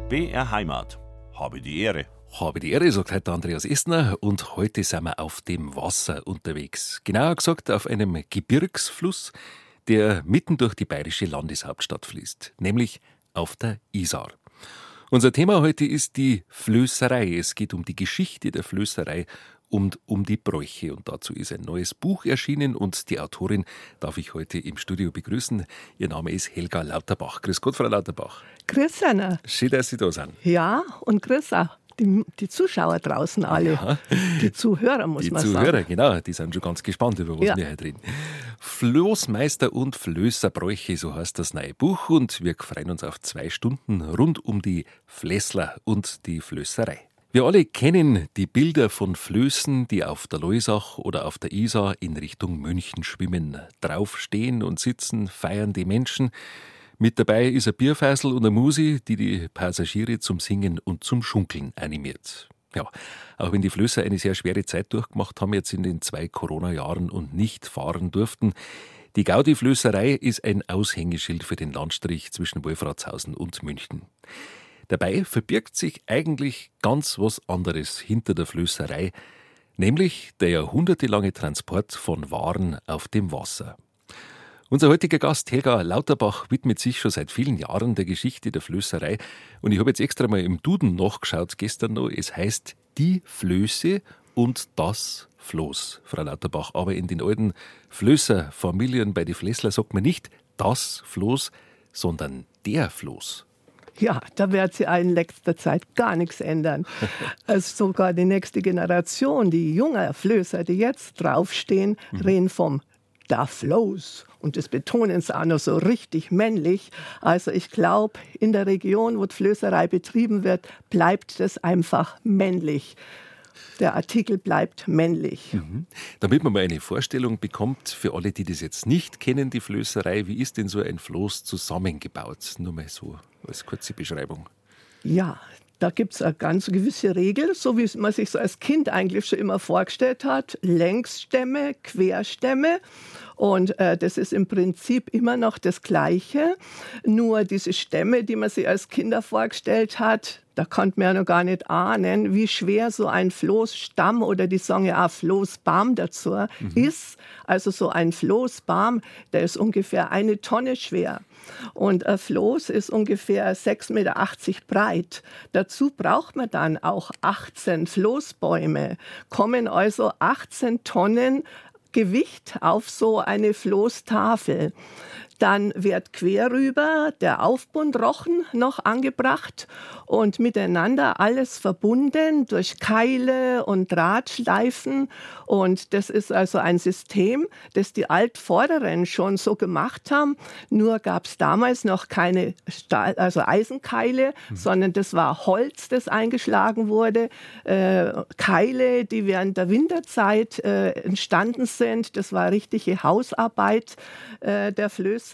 BR Heimat. Habe die Ehre. Habe die Ehre, sagt heute Andreas Esner, und heute sind wir auf dem Wasser unterwegs. Genauer gesagt auf einem Gebirgsfluss, der mitten durch die bayerische Landeshauptstadt fließt, nämlich auf der Isar. Unser Thema heute ist die Flößerei. Es geht um die Geschichte der Flößerei und um die Bräuche. Und dazu ist ein neues Buch erschienen und die Autorin darf ich heute im Studio begrüßen. Ihr Name ist Helga Lauterbach. Grüß Gott, Frau Lauterbach. Grüß Anna. Schön, dass Sie da sind. Ja, und grüß auch die Zuschauer draußen alle. Ja. Die Zuhörer, muss man sagen. Die Zuhörer, genau, die sind schon ganz gespannt, über was wir heute reden. Floßmeister und Flößerbräuche, so heißt das neue Buch. Und wir freuen uns auf 2 Stunden rund um die Fläßler und die Flößerei. Wir alle kennen die Bilder von Flößen, die auf der Loisach oder auf der Isar in Richtung München schwimmen. Drauf stehen und sitzen, feiern die Menschen. Mit dabei ist ein Bierfeisel und eine Musi, die die Passagiere zum Singen und zum Schunkeln animiert. Ja, auch wenn die Flößer eine sehr schwere Zeit durchgemacht haben, jetzt in den 2 Corona-Jahren und nicht fahren durften. Die Gaudi-Flößerei ist ein Aushängeschild für den Landstrich zwischen Wolfratshausen und München. Dabei verbirgt sich eigentlich ganz was anderes hinter der Flößerei, nämlich der jahrhundertelange Transport von Waren auf dem Wasser. Unser heutiger Gast, Helga Lauterbach, widmet sich schon seit vielen Jahren der Geschichte der Flößerei. Und ich habe jetzt extra mal im Duden nachgeschaut, gestern noch. Es heißt die Flöße und das Floß, Frau Lauterbach. Aber in den alten Flößerfamilien bei den Fläßler sagt man nicht das Floß, sondern der Floß. Ja, da wird sich in letzter Zeit gar nichts ändern. Also sogar die nächste Generation, die jungen Flößer, die jetzt draufstehen, reden vom der Floß. Und das betonen sie auch noch so richtig männlich. Also ich glaube, in der Region, wo die Flößerei betrieben wird, bleibt das einfach männlich. Der Artikel bleibt männlich. Damit man mal eine Vorstellung bekommt, für alle, die das jetzt nicht kennen, die Flößerei, wie ist denn so ein Floß zusammengebaut? Nur mal so als kurze Beschreibung. Ja, da gibt es eine ganz gewisse Regel, so wie man sich so als Kind eigentlich schon immer vorgestellt hat. Längsstämme, Querstämme. Und das ist im Prinzip immer noch das Gleiche. Nur diese Stämme, die man sich als Kinder vorgestellt hat, da konnte man ja noch gar nicht ahnen, wie schwer so ein Floßstamm oder die sagen ja auch Floßbaum dazu ist. Also so ein Floßbaum, der ist ungefähr 1 Tonne schwer. Und ein Floß ist ungefähr 6,80 Meter breit. Dazu braucht man dann auch 18 Floßbäume. Kommen also 18 Tonnen Gewicht auf so eine Floßtafel. Dann wird quer rüber der Aufbundrochen noch angebracht und miteinander alles verbunden durch Keile und Drahtschleifen. Und das ist also ein System, das die Altvorderen schon so gemacht haben. Nur gab es damals noch keine Eisenkeile, sondern das war Holz, das eingeschlagen wurde. Keile, die während der Winterzeit entstanden sind. Das war richtige Hausarbeit der Flößer.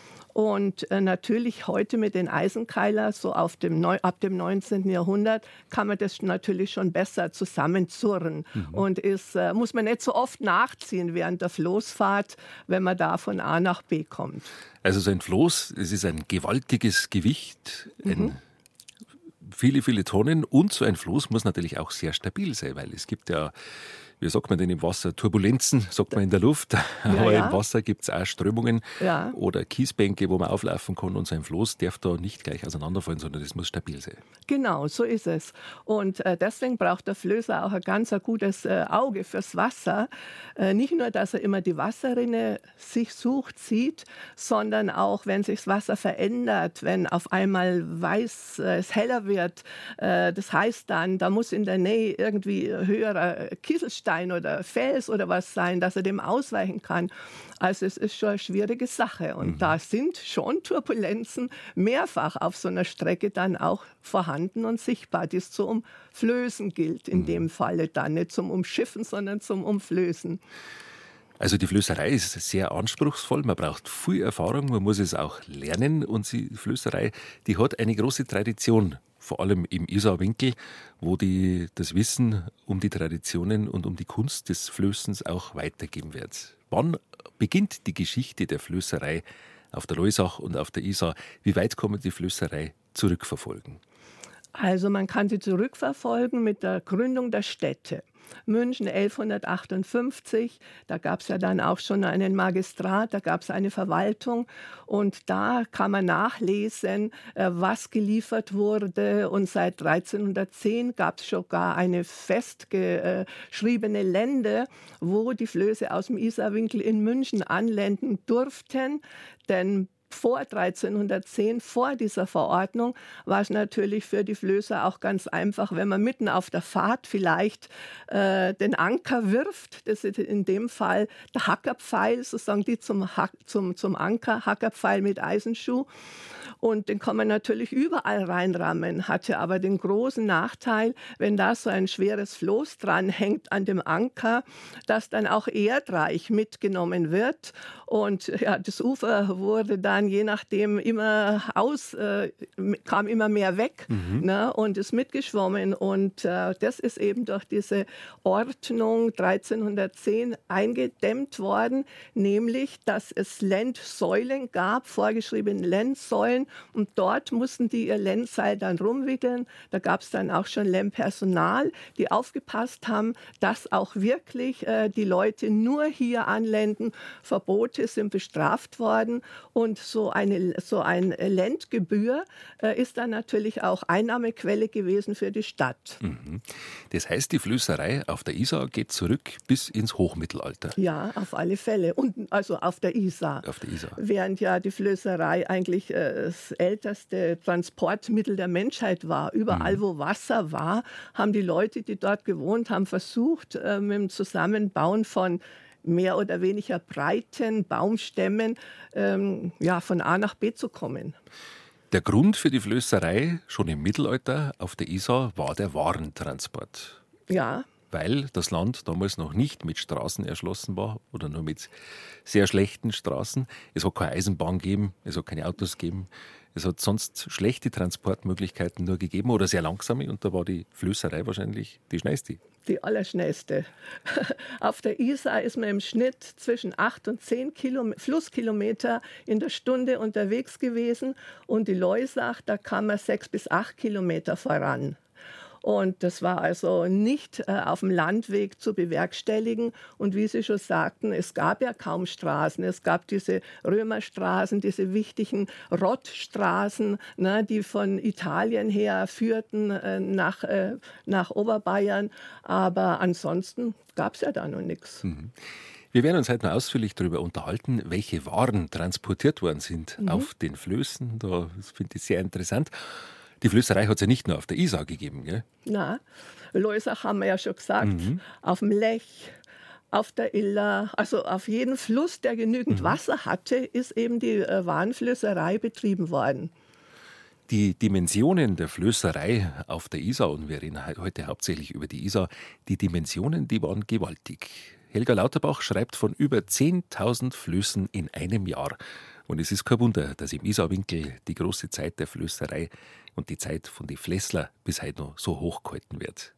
Und natürlich heute mit den Eisenkeilern, so ab dem 19. Jahrhundert, kann man das natürlich schon besser zusammenzurren. Und muss man nicht so oft nachziehen während der Floßfahrt, wenn man da von A nach B kommt. Also so ein Floß, es ist ein gewaltiges Gewicht, viele, viele Tonnen. Und so ein Floß muss natürlich auch sehr stabil sein, weil es gibt ja, wie sagt man denn im Wasser, Turbulenzen, sagt man in der Luft, aber im Wasser gibt es auch Strömungen oder Kiesbänke, wo man auflaufen kann, und so ein Floß darf da nicht gleich auseinanderfallen, sondern das muss stabil sein. Genau, so ist es. Und deswegen braucht der Flößer auch ein ganz gutes Auge fürs Wasser. Nicht nur, dass er immer die Wasserrinne sich sucht, sieht, sondern auch, wenn sich das Wasser verändert, wenn auf einmal es heller wird, das heißt dann, da muss in der Nähe irgendwie höherer Kieselstein oder Fels oder was sein, dass er dem ausweichen kann. Also es ist schon eine schwierige Sache. Und da sind schon Turbulenzen mehrfach auf so einer Strecke dann auch vorhanden und sichtbar, die es zu umflößen gilt. In dem Falle dann nicht zum Umschiffen, sondern zum Umflößen. Also die Flößerei ist sehr anspruchsvoll, man braucht viel Erfahrung, man muss es auch lernen, und die Flößerei, die hat eine große Tradition, vor allem im Isarwinkel, wo das Wissen um die Traditionen und um die Kunst des Flößens auch weitergeben wird. Wann beginnt die Geschichte der Flößerei auf der Loisach und auf der Isar? Wie weit kann man die Flößerei zurückverfolgen? Also man kann sie zurückverfolgen mit der Gründung der Städte. München 1158, da gab es ja dann auch schon einen Magistrat, da gab es eine Verwaltung und da kann man nachlesen, was geliefert wurde. Und seit 1310 gab es sogar eine festgeschriebene Lände, wo die Flöße aus dem Isarwinkel in München anlenden durften, denn vor 1310, vor dieser Verordnung, war es natürlich für die Flößer auch ganz einfach, wenn man mitten auf der Fahrt vielleicht den Anker wirft. Das ist in dem Fall der Hackerpfeil, sozusagen die zum Anker, Hackerpfeil mit Eisenschuh. Und den kann man natürlich überall reinrammen, hatte aber den großen Nachteil, wenn da so ein schweres Floß dran hängt an dem Anker, dass dann auch erdreich mitgenommen wird. Und ja, das Ufer wurde dann je nachdem kam immer mehr weg, ne, und ist mitgeschwommen. Und das ist eben durch diese Ordnung 1310 eingedämmt worden, nämlich, dass es Lendsäulen gab, vorgeschriebene Lendsäulen. Und dort mussten die ihr Lendseil dann rumwickeln. Da gab es dann auch schon Lendpersonal, die aufgepasst haben, dass auch wirklich die Leute nur hier anlenden. Verbote sind bestraft worden. Und so ein Lendgebühr ist dann natürlich auch Einnahmequelle gewesen für die Stadt. Das heißt, die Flößerei auf der Isar geht zurück bis ins Hochmittelalter. Ja, auf alle Fälle. Und also auf der Isar. Auf der Isar. Während ja die Flößerei eigentlich das älteste Transportmittel der Menschheit war. Überall, wo Wasser war, haben die Leute, die dort gewohnt haben, versucht, mit dem Zusammenbauen von mehr oder weniger breiten Baumstämmen von A nach B zu kommen. Der Grund für die Flößerei schon im Mittelalter auf der Isar war der Warentransport. Ja. Weil das Land damals noch nicht mit Straßen erschlossen war oder nur mit sehr schlechten Straßen. Es hat keine Eisenbahn gegeben, es hat keine Autos gegeben. Es hat sonst schlechte Transportmöglichkeiten nur gegeben oder sehr langsame und da war die Flößerei wahrscheinlich die schnellste. Die allerschnellste. Auf der Isar ist man im Schnitt zwischen 8 und 10 Flusskilometer in der Stunde unterwegs gewesen und die Loisach, da kam man 6 bis 8 Kilometer voran. Und das war also nicht auf dem Landweg zu bewerkstelligen. Und wie Sie schon sagten, es gab ja kaum Straßen. Es gab diese Römerstraßen, diese wichtigen Rottstraßen, ne, die von Italien her führten nach Oberbayern. Aber ansonsten gab es ja da noch nichts. Wir werden uns heute noch ausführlich darüber unterhalten, welche Waren transportiert worden sind auf den Flößen. Das finde ich sehr interessant. Die Flößerei hat es ja nicht nur auf der Isar gegeben, gell? Na, Loisach haben wir ja schon gesagt, auf dem Lech, auf der Iller, also auf jeden Fluss, der genügend Wasser hatte, ist eben die Warenflößerei betrieben worden. Die Dimensionen der Flößerei auf der Isar, und wir reden heute hauptsächlich über die Isar, die Dimensionen, die waren gewaltig. Helga Lauterbach schreibt von über 10.000 Flößen in einem Jahr. Und es ist kein Wunder, dass im Isarwinkel die große Zeit der Flößerei und die Zeit von den Flässler bis heute noch so hochgehalten wird.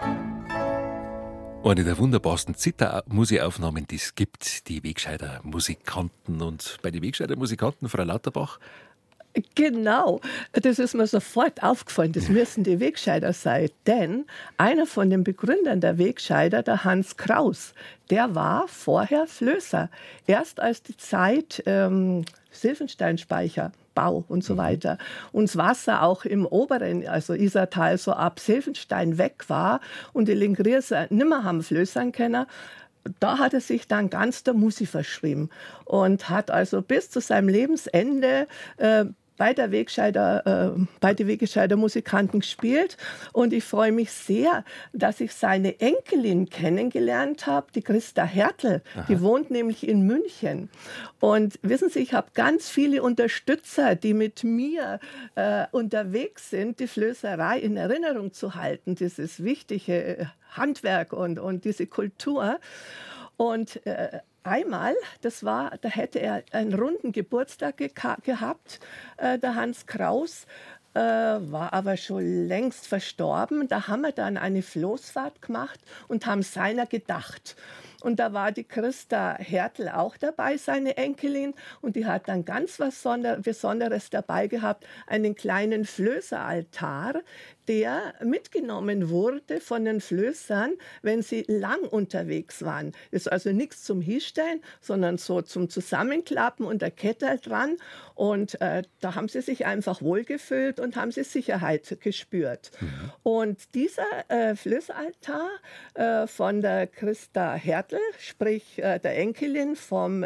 Eine der wunderbarsten Zither-Musikaufnahmen, die es gibt, die Wegscheider Musikanten. Und bei den Wegscheider Musikanten, Frau Lauterbach, Genau, das ist mir sofort aufgefallen, das müssen die Wegscheider sein, denn einer von den Begründern der Wegscheider, der Hans Kraus, der war vorher Flößer. Erst als die Zeit Silfensteinspeicher, Bau und so weiter, und das Wasser auch im oberen, also Isartal, so ab Silfenstein weg war und die Lingrierser nimmer haben flößern können, da hat er sich dann ganz der Musik verschrieben und hat also bis zu seinem Lebensende bei den Wegscheider Musikanten gespielt. Und ich freue mich sehr, dass ich seine Enkelin kennengelernt habe, die Christa Hertel. Aha. Die wohnt nämlich in München. Und wissen Sie, ich habe ganz viele Unterstützer, die mit mir unterwegs sind, die Flößerei in Erinnerung zu halten, dieses wichtige Handwerk und diese Kultur. Und einmal, da hätte er einen runden Geburtstag gehabt, der Hans Kraus, war aber schon längst verstorben. Da haben wir dann eine Floßfahrt gemacht und haben seiner gedacht. Und da war die Christa Hertel auch dabei, seine Enkelin. Und die hat dann ganz was Besonderes dabei gehabt, einen kleinen Flößeraltar, der mitgenommen wurde von den Flößern, wenn sie lang unterwegs waren. Das ist also nichts zum Hinstellen, sondern so zum Zusammenklappen und der Kette dran. Und da haben sie sich einfach wohlgefühlt und haben sie Sicherheit gespürt. Mhm. Und dieser Flößeraltar von der Christa Hertel, sprich der Enkelin vom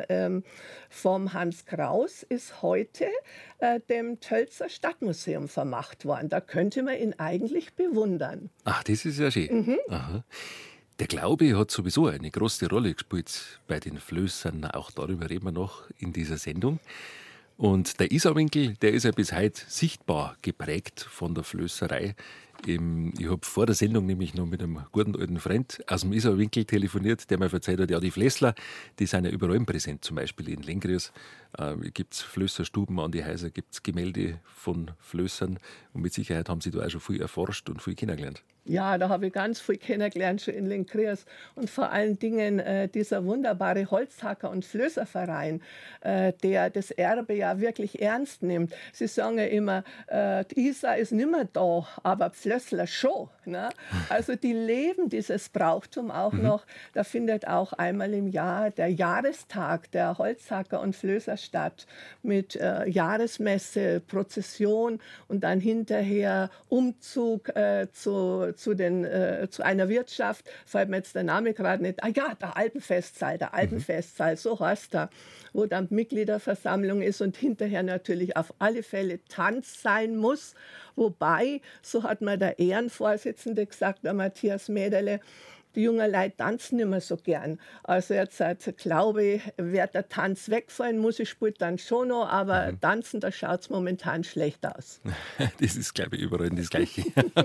Hans Kraus, ist heute dem Tölzer Stadtmuseum vermacht worden. Da könnte man ihn eigentlich bewundern. Ach, das ist ja schön. Mhm. Aha. Der Glaube hat sowieso eine große Rolle gespielt bei den Flößern. Auch darüber reden wir noch in dieser Sendung. Und der Isarwinkel, der ist ja bis heute sichtbar geprägt von der Flößerei. Ich habe vor der Sendung nämlich noch mit einem guten alten Freund aus dem Isarwinkel telefoniert, der mir erzählt hat, ja, die Flessler, die sind ja überall präsent, zum Beispiel in Lenggries gibt es Flößerstuben an die Häuser, gibt es Gemälde von Flößern und mit Sicherheit haben sie da auch schon viel erforscht und viel kennengelernt. Ja, da habe ich ganz viel kennengelernt schon in Lenggries und vor allen Dingen dieser wunderbare Holzhacker- und Flößerverein, der das Erbe ja wirklich ernst nimmt. Sie sagen ja immer, die Isar ist nicht mehr da, aber Pflössler schon. Ne? Also die leben dieses Brauchtum auch noch. Da findet auch einmal im Jahr der Jahrestag der Holzhacker und Flößer statt mit Jahresmesse, Prozession und dann hinterher Umzug zu einer Wirtschaft, fällt mir jetzt der Name gerade nicht, der Alpenfestsaal, so heißt er, wo dann Mitgliederversammlung ist und hinterher natürlich auf alle Fälle Tanz sein muss, wobei, so hat mir der Ehrenvorsitzende gesagt, der Matthias Mäderle, die jungen Leute tanzen nicht mehr so gern. Also jetzt glaube ich, wird der Tanz wegfallen, Musik spielt dann schon noch, aber tanzen, da schaut es momentan schlecht aus. Das ist, glaube ich, überall das Gleiche.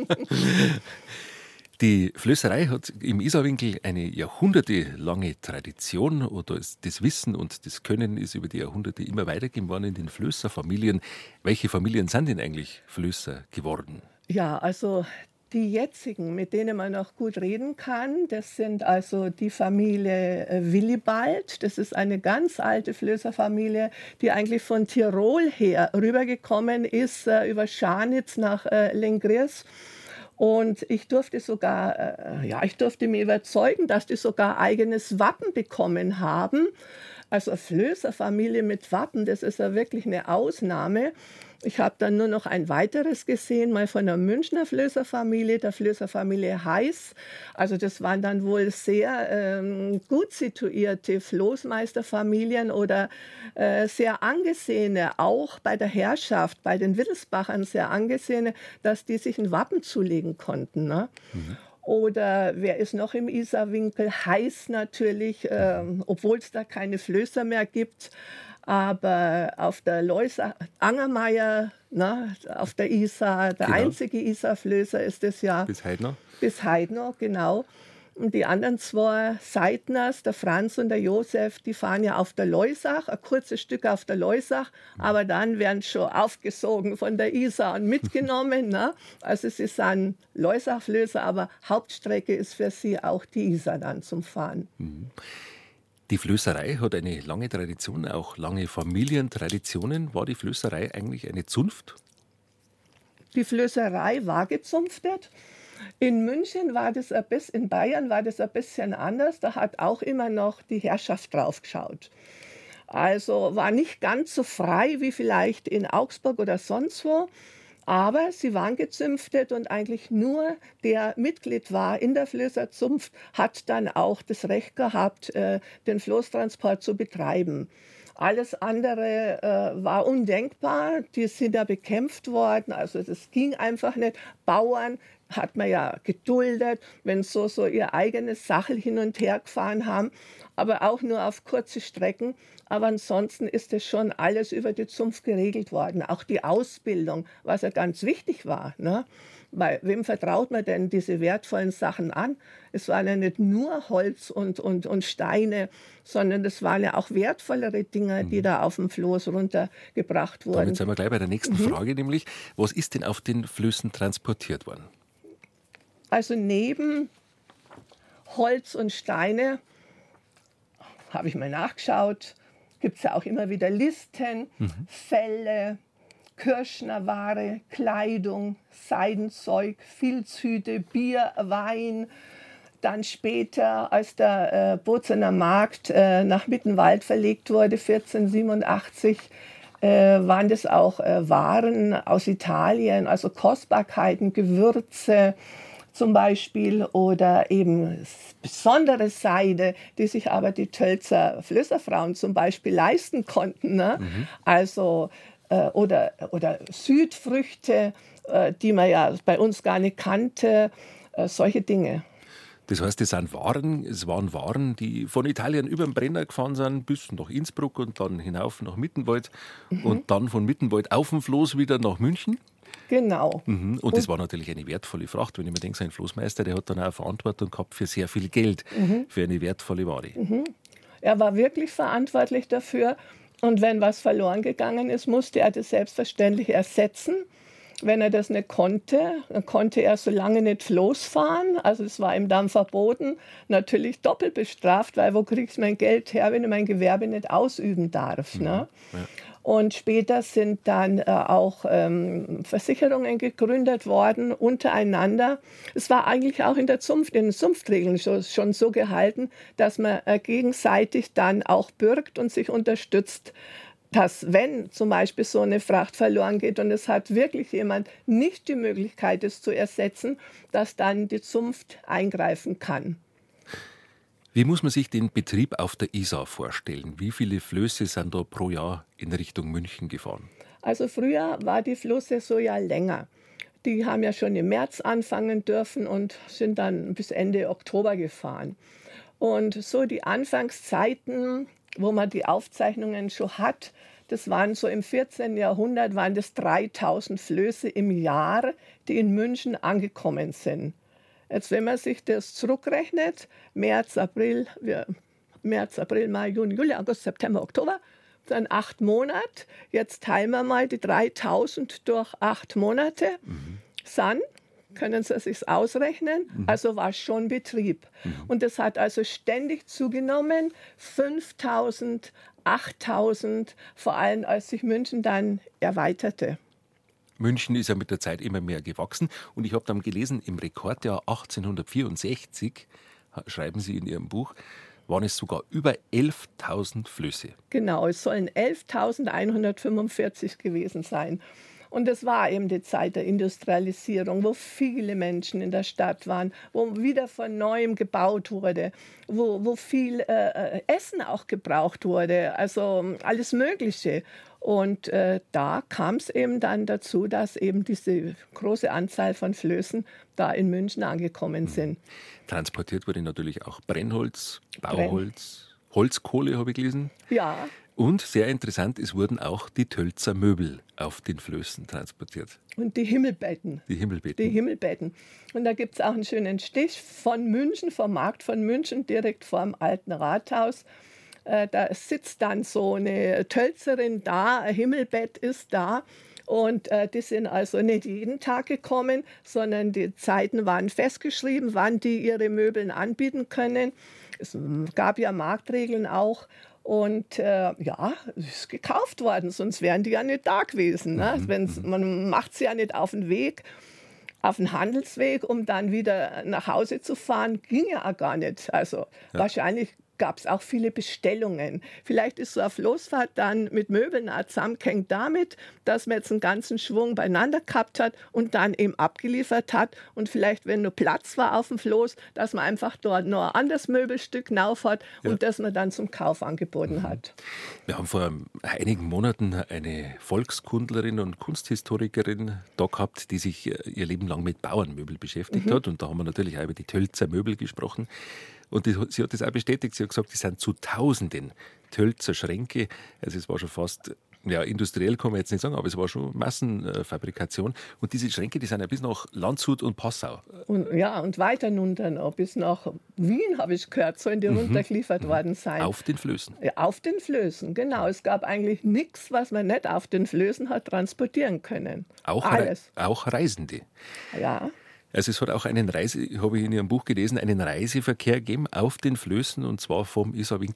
Die Flößerei hat im Isarwinkel eine jahrhundertelange Tradition. Oder das Wissen und das Können ist über die Jahrhunderte immer weitergegeben worden in den Flößerfamilien. Welche Familien sind denn eigentlich Flößer geworden? Ja, also die jetzigen, mit denen man noch gut reden kann, das sind also die Familie Willibald. Das ist eine ganz alte Flößerfamilie, die eigentlich von Tirol her rübergekommen ist, über Scharnitz nach Lenggries. Und ich durfte mich überzeugen, dass die sogar eigenes Wappen bekommen haben. Also eine Flößerfamilie mit Wappen, das ist ja wirklich eine Ausnahme. Ich habe dann nur noch ein weiteres gesehen, mal von einer Münchner Flößerfamilie, der Flößerfamilie Heiß. Also das waren dann wohl sehr gut situierte Floßmeisterfamilien oder sehr angesehene, auch bei der Herrschaft, bei den Wittelsbachern sehr angesehene, dass die sich ein Wappen zulegen konnten. Ne? Mhm. Oder wer ist noch im Isarwinkel? Heiß natürlich, obwohl es da keine Flößer mehr gibt. Aber auf der Loisa Angermeier, auf der Isar, der einzige Isarflößer ist es ja. Bis heute noch? Bis heute noch, genau. Und die anderen zwei Seidners, der Franz und der Josef, die fahren ja auf der Loisach, ein kurzes Stück auf der Loisach, aber dann werden sie schon aufgesogen von der Isar und mitgenommen. Ne? Also sie sind Loisachflößer, aber Hauptstrecke ist für sie auch die Isar dann zum Fahren. Mhm. Die Flößerei hat eine lange Tradition, auch lange Familientraditionen. War die Flößerei eigentlich eine Zunft? Die Flößerei war gezunftet. In München in Bayern war das ein bisschen anders. Da hat auch immer noch die Herrschaft drauf geschaut. Also war nicht ganz so frei wie vielleicht in Augsburg oder sonst wo. Aber sie waren gezünftet und eigentlich nur der Mitglied war in der Flößerzunft, hat dann auch das Recht gehabt, den Floßtransport zu betreiben. Alles andere war undenkbar. Die sind ja bekämpft worden. Also das ging einfach nicht. Bauern hat man ja geduldet, wenn so ihr eigenes Sachel hin und her gefahren haben, aber auch nur auf kurze Strecken. Aber ansonsten ist das schon alles über die Zunft geregelt worden. Auch die Ausbildung, was ja ganz wichtig war. Ne? Weil wem vertraut man denn diese wertvollen Sachen an? Es waren ja nicht nur Holz und Steine, sondern es waren ja auch wertvollere Dinge, die da auf dem Floß runtergebracht wurden. Damit sind wir gleich bei der nächsten Frage, nämlich, was ist denn auf den Flößen transportiert worden? Also neben Holz und Steine habe ich mal nachgeschaut, gibt es ja auch immer wieder Listen, Felle, Kirschnerware, Kleidung, Seidenzeug, Filzhüte, Bier, Wein. Dann später, als der Bozener Markt nach Mittenwald verlegt wurde, 1487, waren das auch Waren aus Italien, also Kostbarkeiten, Gewürze zum Beispiel oder eben besondere Seide, die sich aber die Tölzer Flößerfrauen zum Beispiel leisten konnten. Ne? Also oder Südfrüchte, die man ja bei uns gar nicht kannte, solche Dinge. Das heißt, es waren Waren, die von Italien über den Brenner gefahren sind bis nach Innsbruck und dann hinauf nach Mittenwald und dann von Mittenwald auf dem Floß wieder nach München. Genau. Und das war natürlich eine wertvolle Fracht. Wenn ich mir denke, so ein Floßmeister, der hat dann auch Verantwortung gehabt für sehr viel Geld, für eine wertvolle Ware. Er war wirklich verantwortlich dafür. Und wenn was verloren gegangen ist, musste er das selbstverständlich ersetzen. Wenn er das nicht konnte, dann konnte er so lange nicht Floß fahren. Also es war ihm dann verboten, natürlich doppelt bestraft, weil wo kriege ich mein Geld her, wenn ich mein Gewerbe nicht ausüben darf. Ne? Ja. Und später sind dann auch Versicherungen gegründet worden untereinander. Es war eigentlich auch in den Zunftregeln schon so gehalten, dass man gegenseitig dann auch bürgt und sich unterstützt, dass wenn zum Beispiel so eine Fracht verloren geht und es hat wirklich jemand nicht die Möglichkeit, es zu ersetzen, dass dann die Zunft eingreifen kann. Wie muss man sich den Betrieb auf der Isar vorstellen? Wie viele Flöße sind da pro Jahr in Richtung München gefahren? Also früher war die Flusssaison ja länger. Die haben ja schon im März anfangen dürfen und sind dann bis Ende Oktober gefahren. Und so die Anfangszeiten, wo man die Aufzeichnungen schon hat, das waren so im 14. Jahrhundert, waren das 3000 Flöße im Jahr, die in München angekommen sind. Jetzt, wenn man sich das zurückrechnet, März, April, Mai, Juni, Juli, August, September, Oktober, dann 8 Monate. Jetzt teilen wir mal die 3000 durch 8 Monate. Sind, können Sie sich ausrechnen, also war schon Betrieb. Und das hat also ständig zugenommen, 5000, 8000, vor allem als sich München dann erweiterte. München ist ja mit der Zeit immer mehr gewachsen. Und ich habe dann gelesen, im Rekordjahr 1864, schreiben Sie in Ihrem Buch, waren es sogar über 11.000 Flöße. Genau, es sollen 11.145 gewesen sein. Und es war eben die Zeit der Industrialisierung, wo viele Menschen in der Stadt waren, wo wieder von Neuem gebaut wurde, wo viel Essen auch gebraucht wurde, also alles Mögliche. Und da kam es eben dann dazu, dass eben diese große Anzahl von Flößen da in München angekommen sind. Transportiert wurde natürlich auch Brennholz, Bauholz, Holzkohle, habe ich gelesen. Ja. Und sehr interessant, es wurden auch die Tölzer Möbel auf den Flößen transportiert. Und die Himmelbetten. Die Himmelbetten. Und da gibt es auch einen schönen Stich von München, vom Markt von München, direkt vor dem alten Rathaus. Da sitzt dann so eine Tölzerin da, ein Himmelbett ist da. Und die sind also nicht jeden Tag gekommen, sondern die Zeiten waren festgeschrieben, wann die ihre Möbeln anbieten können. Es gab ja Marktregeln auch. Und ja, es ist gekauft worden, sonst wären die ja nicht da gewesen. Ne? Man macht sie ja nicht auf den Weg, auf den Handelsweg, um dann wieder nach Hause zu fahren, ging ja auch gar nicht. Also wahrscheinlich gab es auch viele Bestellungen. Vielleicht ist so eine Floßfahrt dann mit Möbeln auch zusammengehängt damit, dass man jetzt einen ganzen Schwung beieinander gehabt hat und dann eben abgeliefert hat. Und vielleicht, wenn nur Platz war auf dem Floß, dass man einfach dort noch ein anderes Möbelstück hinauf hat und das man dann zum Kauf angeboten hat. Wir haben vor einigen Monaten eine Volkskundlerin und Kunsthistorikerin da gehabt, die sich ihr Leben lang mit Bauernmöbel beschäftigt hat. Und da haben wir natürlich auch über die Tölzer Möbel gesprochen. Und sie hat das auch bestätigt. Sie hat gesagt, es sind zu Tausenden Tölzer Schränke. Also es war schon fast, ja, industriell kann man jetzt nicht sagen, aber es war schon Massenfabrikation. Und diese Schränke, die sind ja bis nach Landshut und Passau. Und weiter runter noch, bis nach Wien, habe ich gehört, sollen die runtergeliefert worden sein. Auf den Flößen. Ja, auf den Flößen, genau. Es gab eigentlich nichts, was man nicht auf den Flößen hat transportieren können. Alles. Auch Reisende. Ja. Also es hat auch habe ich in Ihrem Buch gelesen, einen Reiseverkehr gegeben auf den Flößen, und zwar vom Isarwinkel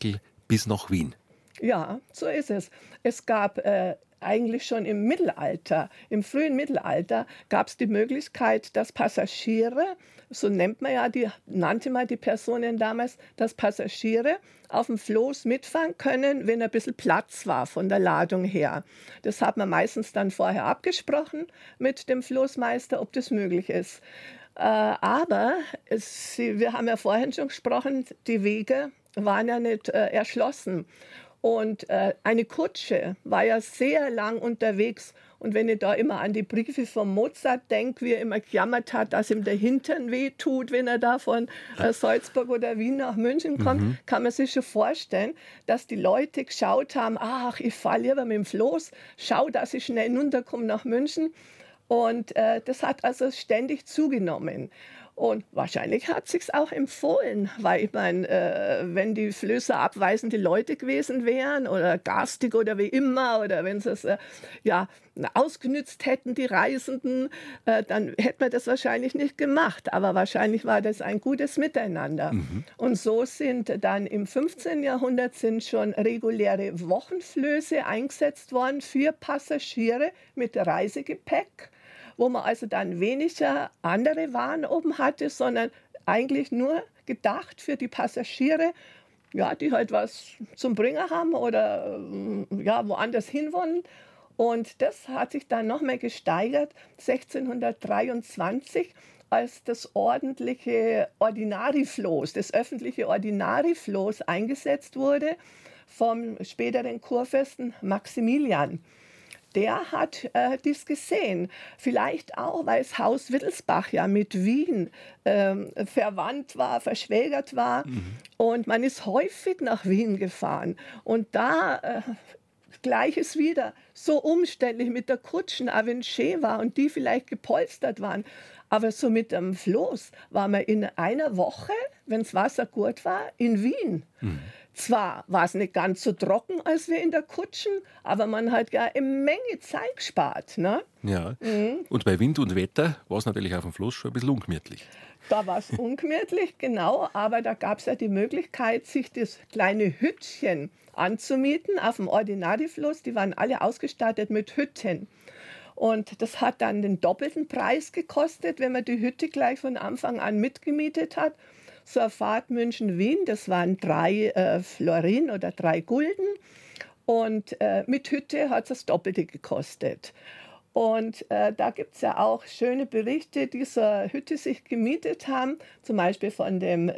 bis nach Wien. Ja, so ist es. Es gab eigentlich schon im Mittelalter, im frühen Mittelalter, gab es die Möglichkeit, dass Passagiere, so nannte man die Personen damals, dass Passagiere auf dem Floß mitfahren können, wenn ein bisschen Platz war von der Ladung her. Das hat man meistens dann vorher abgesprochen mit dem Floßmeister, ob das möglich ist. Aber wir haben ja vorhin schon gesprochen, die Wege waren ja nicht erschlossen. Und eine Kutsche war ja sehr lang unterwegs. Und wenn ich da immer an die Briefe von Mozart denke, wie er immer gejammert hat, dass ihm der Hintern wehtut, wenn er da von Salzburg oder Wien nach München kommt, kann man sich schon vorstellen, dass die Leute geschaut haben, ach, ich fahre lieber mit dem Floß, schau, dass ich schnell runterkomme nach München. Und das hat also ständig zugenommen. Und wahrscheinlich hat es sich auch empfohlen, weil ich meine, wenn die Flößer abweisende Leute gewesen wären oder garstig oder wie immer, oder wenn sie es ausgenützt hätten, die Reisenden, dann hätte man das wahrscheinlich nicht gemacht. Aber wahrscheinlich war das ein gutes Miteinander. Und so sind dann im 15. Jahrhundert sind schon reguläre Wochenflöße eingesetzt worden für Passagiere mit Reisegepäck, wo man also dann weniger andere Waren oben hatte, sondern eigentlich nur gedacht für die Passagiere, ja, die halt was zum Bringen haben oder woanders hinwollen. Und das hat sich dann noch mehr gesteigert, 1623, als das ordentliche Ordinarifloß, das öffentliche Ordinarifloß eingesetzt wurde vom späteren Kurfürsten Maximilian. Der hat dies gesehen. Vielleicht auch, weil das Haus Wittelsbach ja mit Wien verwandt war, verschwägert war. Und man ist häufig nach Wien gefahren. Und da Gleiches wieder, so umständlich mit der Kutschen, auch wenn es schön war und die vielleicht gepolstert waren. Aber so mit dem Floß war man in einer Woche, wenn das Wasser gut war, in Wien. Zwar war es nicht ganz so trocken als wir in der Kutschen, aber man hat ja eine Menge Zeit gespart. Ne? Ja, und bei Wind und Wetter war es natürlich auf dem Floß schon ein bisschen ungemütlich. Da war es ungemütlich, genau, aber da gab es ja die Möglichkeit, sich das kleine Hüttchen anzumieten auf dem Ordinarifloß. Die waren alle ausgestattet mit Hütten. Und das hat dann den doppelten Preis gekostet, wenn man die Hütte gleich von Anfang an mitgemietet hat. So eine Fahrt München-Wien, das waren 3 Florin oder 3 Gulden. Und mit Hütte hat es das Doppelte gekostet. Und da gibt es ja auch schöne Berichte, die so eine Hütte sich gemietet haben, zum Beispiel von dem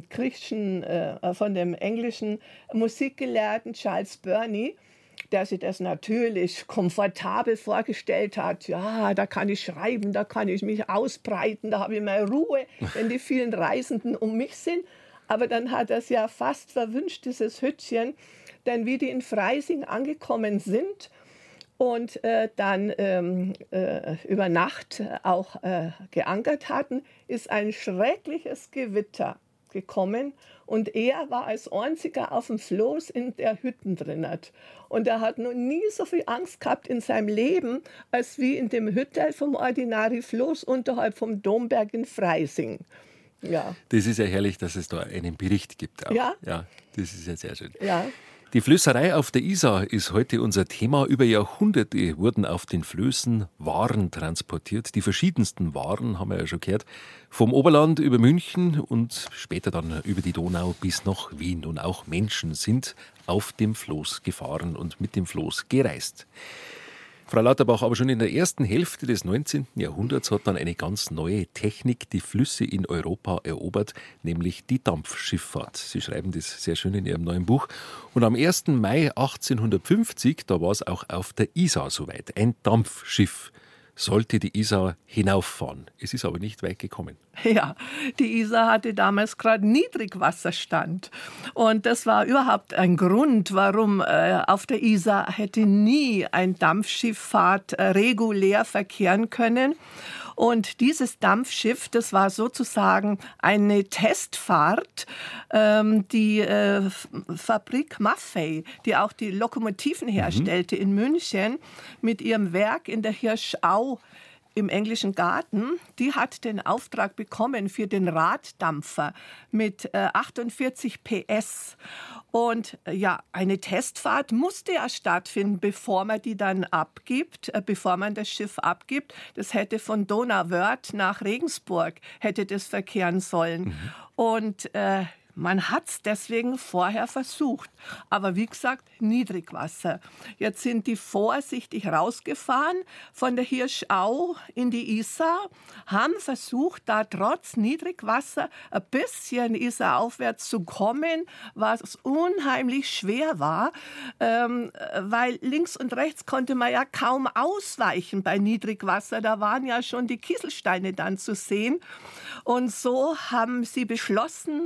von dem englischen Musikgelehrten Charles Burney, der sich das natürlich komfortabel vorgestellt hat. Ja, da kann ich schreiben, da kann ich mich ausbreiten, da habe ich mehr Ruhe, wenn die vielen Reisenden um mich sind. Aber dann hat er es ja fast verwünscht, dieses Hüttchen, denn wie die in Freising angekommen sind und dann über Nacht auch geankert hatten, ist ein schreckliches Gewitter gekommen und er war als einziger auf dem Floß in der Hütte drin. Und er hat noch nie so viel Angst gehabt in seinem Leben, als wie in dem Hüttel vom Ordinarifloß unterhalb vom Domberg in Freising. Ja. Das ist ja herrlich, dass es da einen Bericht gibt. Auch. Ja. Ja, das ist ja sehr schön. Ja. Die Flößerei auf der Isar ist heute unser Thema. Über Jahrhunderte wurden auf den Flößen Waren transportiert. Die verschiedensten Waren, haben wir ja schon gehört, vom Oberland über München und später dann über die Donau bis nach Wien. Und auch Menschen sind auf dem Floß gefahren und mit dem Floß gereist. Frau Lauterbach, aber schon in der ersten Hälfte des 19. Jahrhunderts hat dann eine ganz neue Technik die Flüsse in Europa erobert, nämlich die Dampfschifffahrt. Sie schreiben das sehr schön in Ihrem neuen Buch. Und am 1. Mai 1850, da war es auch auf der Isar soweit. Ein Dampfschiff sollte die Isar hinauffahren. Es ist aber nicht weit gekommen. Ja, die Isar hatte damals gerade Niedrigwasserstand. Und das war überhaupt ein Grund, warum auf der Isar hätte nie ein Dampfschifffahrt regulär verkehren können. Und dieses Dampfschiff, das war sozusagen eine Testfahrt. Die Fabrik Maffei, die auch die Lokomotiven herstellte in München, mit ihrem Werk in der Hirschau, im Englischen Garten, die hat den Auftrag bekommen für den Raddampfer mit 48 PS. Und ja, eine Testfahrt musste ja stattfinden, bevor man die dann abgibt, bevor man das Schiff abgibt. Das hätte von Donauwörth nach Regensburg, hätte das verkehren sollen. Und man hat es deswegen vorher versucht. Aber wie gesagt, Niedrigwasser. Jetzt sind die vorsichtig rausgefahren von der Hirschau in die Isar, haben versucht, da trotz Niedrigwasser ein bisschen isaraufwärts zu kommen, was unheimlich schwer war, weil links und rechts konnte man ja kaum ausweichen bei Niedrigwasser. Da waren ja schon die Kieselsteine dann zu sehen. Und so haben sie beschlossen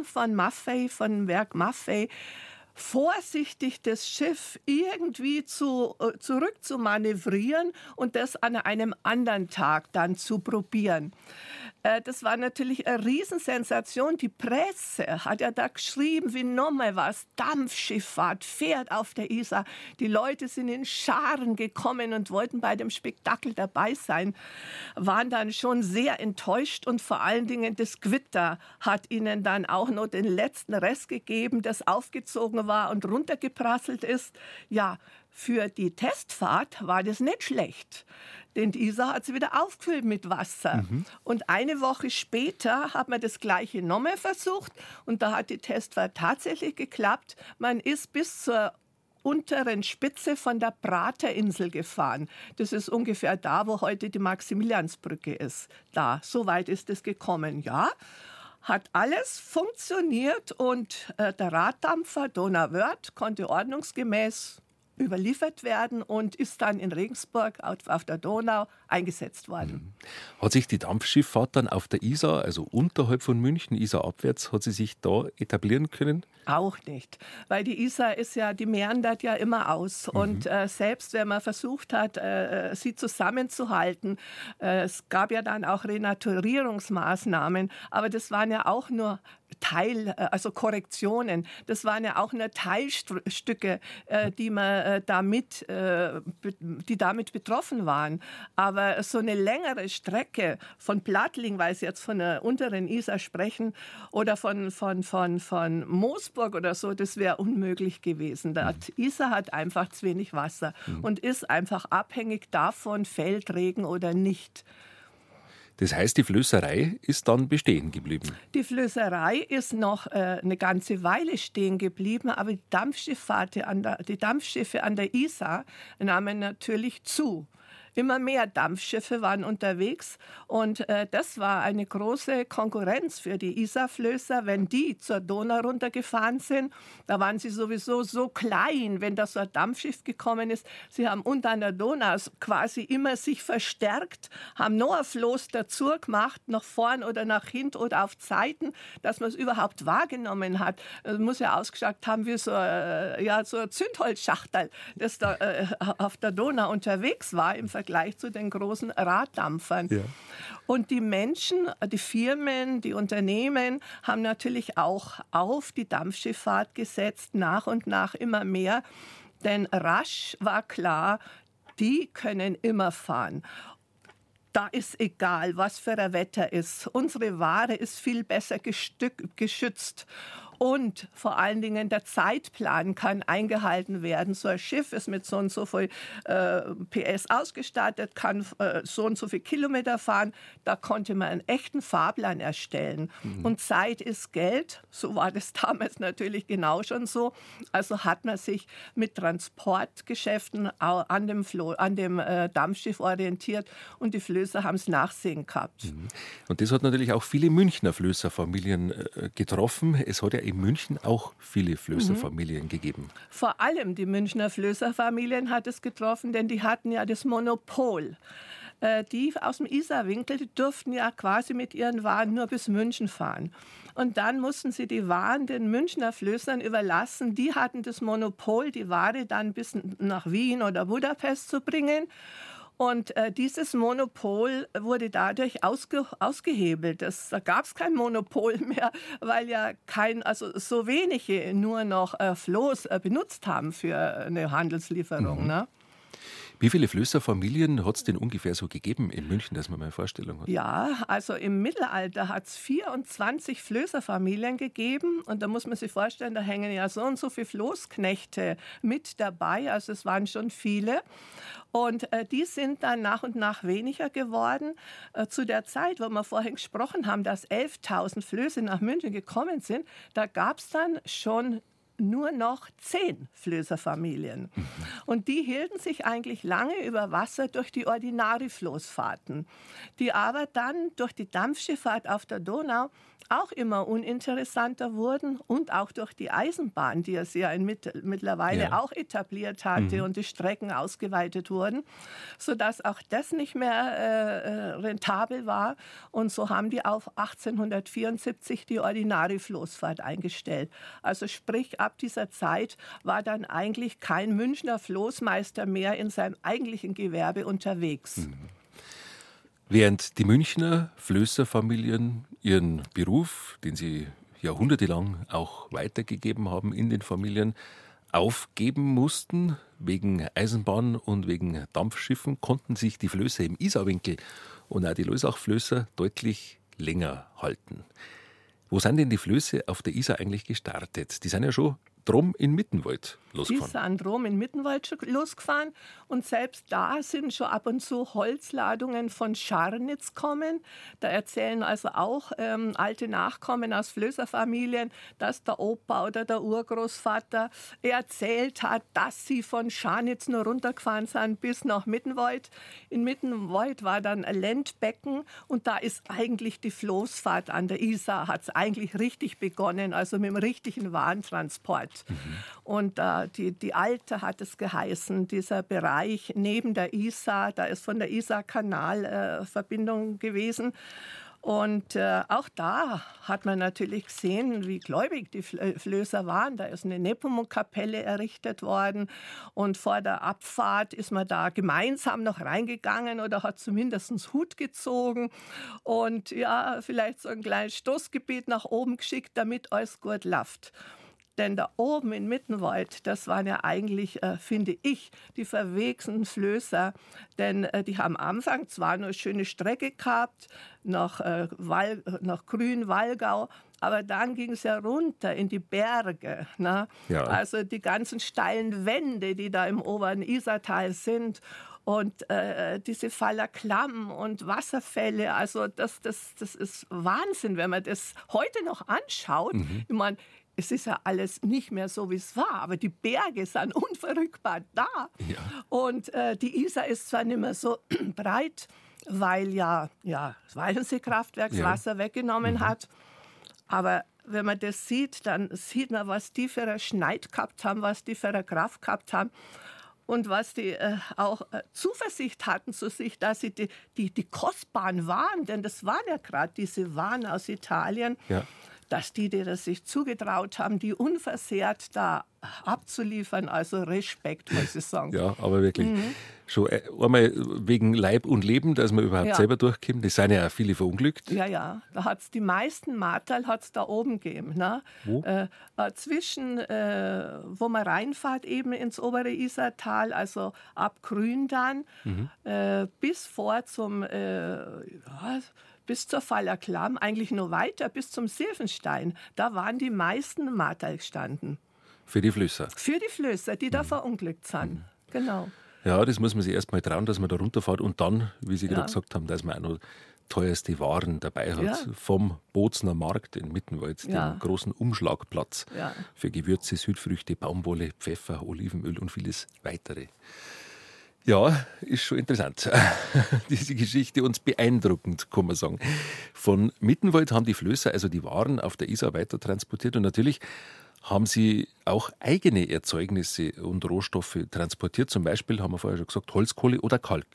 von Werk Maffei, vorsichtig das Schiff irgendwie zurück zu manövrieren und das an einem anderen Tag dann zu probieren. Das war natürlich eine Riesensensation. Die Presse hat ja da geschrieben, wie nochmal was, Dampfschifffahrt, fährt auf der Isar. Die Leute sind in Scharen gekommen und wollten bei dem Spektakel dabei sein, waren dann schon sehr enttäuscht und vor allen Dingen das Gewitter hat ihnen dann auch noch den letzten Rest gegeben, das aufgezogen war und runtergeprasselt ist. Ja, für die Testfahrt war das nicht schlecht, denn die Isar hat sie wieder aufgefüllt mit Wasser. Und eine Woche später hat man das Gleiche nochmal versucht und da hat die Testfahrt tatsächlich geklappt. Man ist bis zur unteren Spitze von der Praterinsel gefahren. Das ist ungefähr da, wo heute die Maximiliansbrücke ist. Da, so weit ist es gekommen, ja. Hat alles funktioniert und der Raddampfer Donauwörth konnte ordnungsgemäß überliefert werden und ist dann in Regensburg auf der Donau eingesetzt worden. Hat sich die Dampfschifffahrt dann auf der Isar, also unterhalb von München, Isarabwärts, hat sie sich da etablieren können? Auch nicht, weil die Isar ist ja, die meandert ja immer aus. Und selbst wenn man versucht hat, sie zusammenzuhalten, es gab ja dann auch Renaturierungsmaßnahmen, aber das waren ja auch nur also Korrektionen. Das waren ja auch nur Teilstücke, die damit betroffen waren. Aber so eine längere Strecke von Plattling, weil Sie jetzt von der unteren Isar sprechen, oder von Moosburg oder so, das wäre unmöglich gewesen. Die Isar hat einfach zu wenig Wasser und ist einfach abhängig davon, fällt Regen oder nicht. Das heißt, die Flößerei ist dann bestehen geblieben? Die Flößerei ist noch eine ganze Weile stehen geblieben, aber die Dampfschiffe an der Isar nahmen natürlich zu. Immer mehr Dampfschiffe waren unterwegs und das war eine große Konkurrenz für die Isarflößer. Wenn die zur Donau runtergefahren sind, da waren sie sowieso so klein, wenn da so ein Dampfschiff gekommen ist. Sie haben unter an der Donau quasi immer sich verstärkt, haben noch ein Floß dazu gemacht, nach vorn oder nach hinten oder auf Zeiten, dass man es überhaupt wahrgenommen hat. Das muss ja ausgeschaut haben wie so ein Zündholzschachtel, das da auf der Donau unterwegs war im Vergleich zu den großen Raddampfern. Ja. Und die Menschen, die Firmen, die Unternehmen haben natürlich auch auf die Dampfschifffahrt gesetzt, nach und nach immer mehr. Denn rasch war klar, die können immer fahren. Da ist egal, was für ein Wetter ist. Unsere Ware ist viel besser geschützt. Und vor allen Dingen der Zeitplan kann eingehalten werden. So ein Schiff ist mit so und so viel PS ausgestattet, kann so und so viel Kilometer fahren. Da konnte man einen echten Fahrplan erstellen. Und Zeit ist Geld. So war das damals natürlich genau schon so. Also hat man sich mit Transportgeschäften an dem Dampfschiff orientiert und die Flößer haben es Nachsehen gehabt. Und das hat natürlich auch viele Münchner Flößerfamilien getroffen. Es hat ja in München auch viele Flößerfamilien gegeben. Vor allem die Münchner Flößerfamilien hat es getroffen, denn die hatten ja das Monopol. Die aus dem Isarwinkel, die durften ja quasi mit ihren Waren nur bis München fahren. Und dann mussten sie die Waren den Münchner Flößern überlassen. Die hatten das Monopol, die Ware dann bis nach Wien oder Budapest zu bringen. Und dieses Monopol wurde dadurch ausgehebelt. Da gab es kein Monopol mehr, weil ja so wenige nur noch Floß benutzt haben für eine Handelslieferung. Ne? Wie viele Flößerfamilien hat es denn ungefähr so gegeben in München, dass man mal eine Vorstellung hat? Ja, also im Mittelalter hat es 24 Flößerfamilien gegeben. Und da muss man sich vorstellen, da hängen ja so und so viele Floßknechte mit dabei. Also es waren schon viele. Und die sind dann nach und nach weniger geworden. Zu der Zeit, wo wir vorhin gesprochen haben, dass 11.000 Flöße nach München gekommen sind, da gab es dann schon nur noch 10 Flößerfamilien. Und die hielten sich eigentlich lange über Wasser durch die Ordinarifloßfahrten, die aber dann durch die Dampfschifffahrt auf der Donau auch immer uninteressanter wurden und auch durch die Eisenbahn, die es ja mittlerweile auch etabliert hatte und die Strecken ausgeweitet wurden, sodass auch das nicht mehr rentabel war. Und so haben die auf 1874 die Ordinarifloßfahrt eingestellt. Also sprich, ab dieser Zeit war dann eigentlich kein Münchner Floßmeister mehr in seinem eigentlichen Gewerbe unterwegs. Während die Münchner Flößerfamilien ihren Beruf, den sie jahrhundertelang auch weitergegeben haben in den Familien, aufgeben mussten, wegen Eisenbahn und wegen Dampfschiffen, konnten sich die Flößer im Isarwinkel und auch die Loisach-Flößer deutlich länger halten. Wo sind denn die Flöße auf der Isar eigentlich gestartet? Die sind ja schon drum in Mittenwald losgefahren. Die sind drum in Mittenwald schon losgefahren und selbst da sind schon ab und zu Holzladungen von Scharnitz kommen. Da erzählen also auch alte Nachkommen aus Flößerfamilien, dass der Opa oder der Urgroßvater erzählt hat, dass sie von Scharnitz nur runtergefahren sind bis nach Mittenwald. In Mittenwald war dann ein Ländbecken und da ist eigentlich die Floßfahrt an der Isar, hat es eigentlich richtig begonnen, also mit dem richtigen Warentransport. Und die Alte hat es geheißen, dieser Bereich neben der Isar, da ist von der Isar-Kanal Verbindung gewesen. Und auch da hat man natürlich gesehen, wie gläubig die Flößer waren. Da ist eine Nepomuk-Kapelle errichtet worden. Und vor der Abfahrt ist man da gemeinsam noch reingegangen oder hat zumindest einen Hut gezogen. Und ja, vielleicht so ein kleines Stoßgebet nach oben geschickt, damit alles gut läuft. Denn da oben in Mittenwald, das waren ja eigentlich, finde ich, die verwegsten Flößer. Denn die haben am Anfang zwar nur eine schöne Strecke gehabt, nach Grün-Wallgau, aber dann ging es ja runter in die Berge. Ne? Ja. Also die ganzen steilen Wände, die da im oberen Isartal sind. Und diese Faller Klamm und Wasserfälle, also das ist Wahnsinn, wenn man das heute noch anschaut. Ich meine, es ist ja alles nicht mehr so, wie es war, aber die Berge sind unverrückbar da. Ja. Und die Isar ist zwar nicht mehr so breit, weil ja das Walchensee-Kraftwerk das Wasser weggenommen hat, aber wenn man das sieht, dann sieht man, was die für eine Schneid gehabt haben, was die für eine Kraft gehabt haben. Und was die auch Zuversicht hatten zu sich, dass sie die kostbaren Waren, denn das waren ja gerade diese Waren aus Italien, dass die das sich zugetraut haben, die unversehrt da abzuliefern. Also Respekt, muss ich sagen. Ja, aber wirklich. Schon einmal wegen Leib und Leben, dass man überhaupt selber durchkommt. Es sind ja auch viele verunglückt. Ja. Da hat es die meisten Marterl hat's da oben gegeben. Ne? Wo? Zwischen, wo man reinfährt, eben ins obere Isartal, also ab Grün dann, bis vor zum... bis zur Faller Klamm, eigentlich nur weiter, bis zum Silfenstein. Da waren die meisten Marterl gestanden. Für die Flößer? Für die Flößer, die da verunglückt sind. Genau. Ja, das muss man sich erst mal trauen, dass man da runterfährt und dann, wie Sie gerade gesagt haben, dass man auch noch teuerste Waren dabei hat. Ja. Vom Bozner Markt in Mittenwald, dem großen Umschlagplatz für Gewürze, Südfrüchte, Baumwolle, Pfeffer, Olivenöl und vieles weitere. Ja, ist schon interessant, diese Geschichte, und beeindruckend, kann man sagen. Von Mittenwald haben die Flößer also die Waren auf der Isar weiter transportiert und natürlich haben sie auch eigene Erzeugnisse und Rohstoffe transportiert. Zum Beispiel, haben wir vorher schon gesagt, Holzkohle oder Kalk.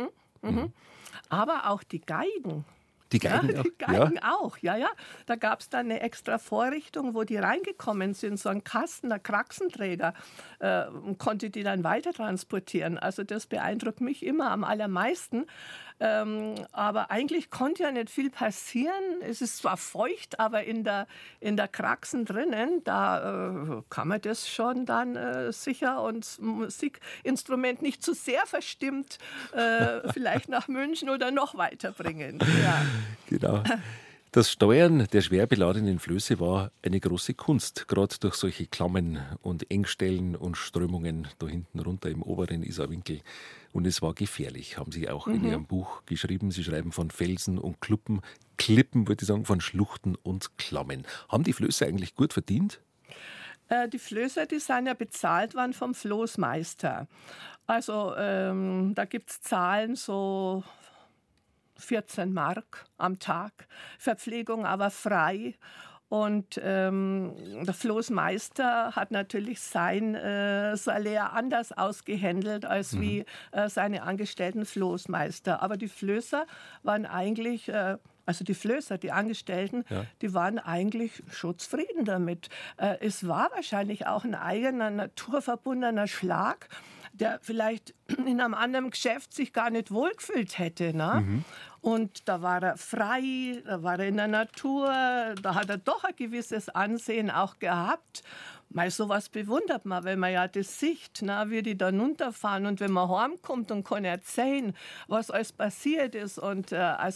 Aber auch die Geigen. Die Geigen auch? Die Geigen auch, ja. Da gab es dann eine extra Vorrichtung, wo die reingekommen sind, so ein Kasten, ein Kraxenträger, und konnte die dann weiter transportieren. Also das beeindruckt mich immer am allermeisten, Aber eigentlich konnte ja nicht viel passieren. Es ist zwar feucht, aber in der Kraxen drinnen, da kann man das schon dann sicher und Musikinstrument nicht zu sehr verstimmt vielleicht nach München oder noch weiterbringen. Ja. Genau. Das Steuern der schwer beladenen Flöße war eine große Kunst, gerade durch solche Klammen und Engstellen und Strömungen da hinten runter im oberen Isarwinkel. Und es war gefährlich, haben Sie auch in Ihrem Buch geschrieben. Sie schreiben von Felsen und Klippen, würde ich sagen, von Schluchten und Klammen. Haben die Flöße eigentlich gut verdient? Die Flößer, die sind ja bezahlt worden vom Floßmeister. Also da gibt es Zahlen so 14 Mark am Tag, Verpflegung aber frei. Und der Floßmeister hat natürlich sein Salär anders ausgehändelt als wie seine angestellten Floßmeister. Aber die Flößer waren eigentlich, also die Flößer, die Angestellten, die waren eigentlich schutzfrieden damit. Es war wahrscheinlich auch ein eigener naturverbundener Schlag, der vielleicht in einem anderen Geschäft sich gar nicht wohlgefühlt hätte. Ne? Und da war er frei, da war er in der Natur, da hat er doch ein gewisses Ansehen auch gehabt. Mal sowas bewundert man, wenn man ja das sieht, na, wie die da runterfahren und wenn man heimkommt und kann erzählen, was alles passiert ist. Und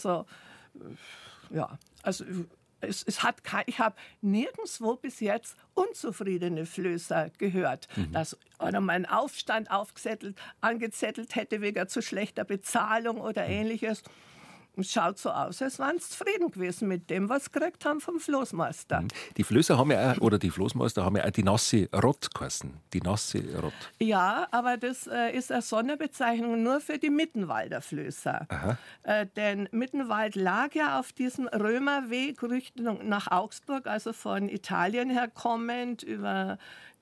ich habe nirgendwo bis jetzt unzufriedene Flößer gehört, dass einer mal einen Aufstand angezettelt hätte wegen zu schlechter Bezahlung oder Ähnliches. Es schaut so aus, als wären sie zufrieden gewesen mit dem, was sie gekriegt haben vom Floßmeister. Die Flößer haben ja auch, oder die Floßmeister haben ja auch die nasse Rott geheißen. Die nasse Rott. Ja, aber das ist eine Sonderbezeichnung nur für die Mittenwalder Flößer. Denn Mittenwald lag ja auf diesem Römerweg Richtung nach Augsburg, also von Italien her kommend über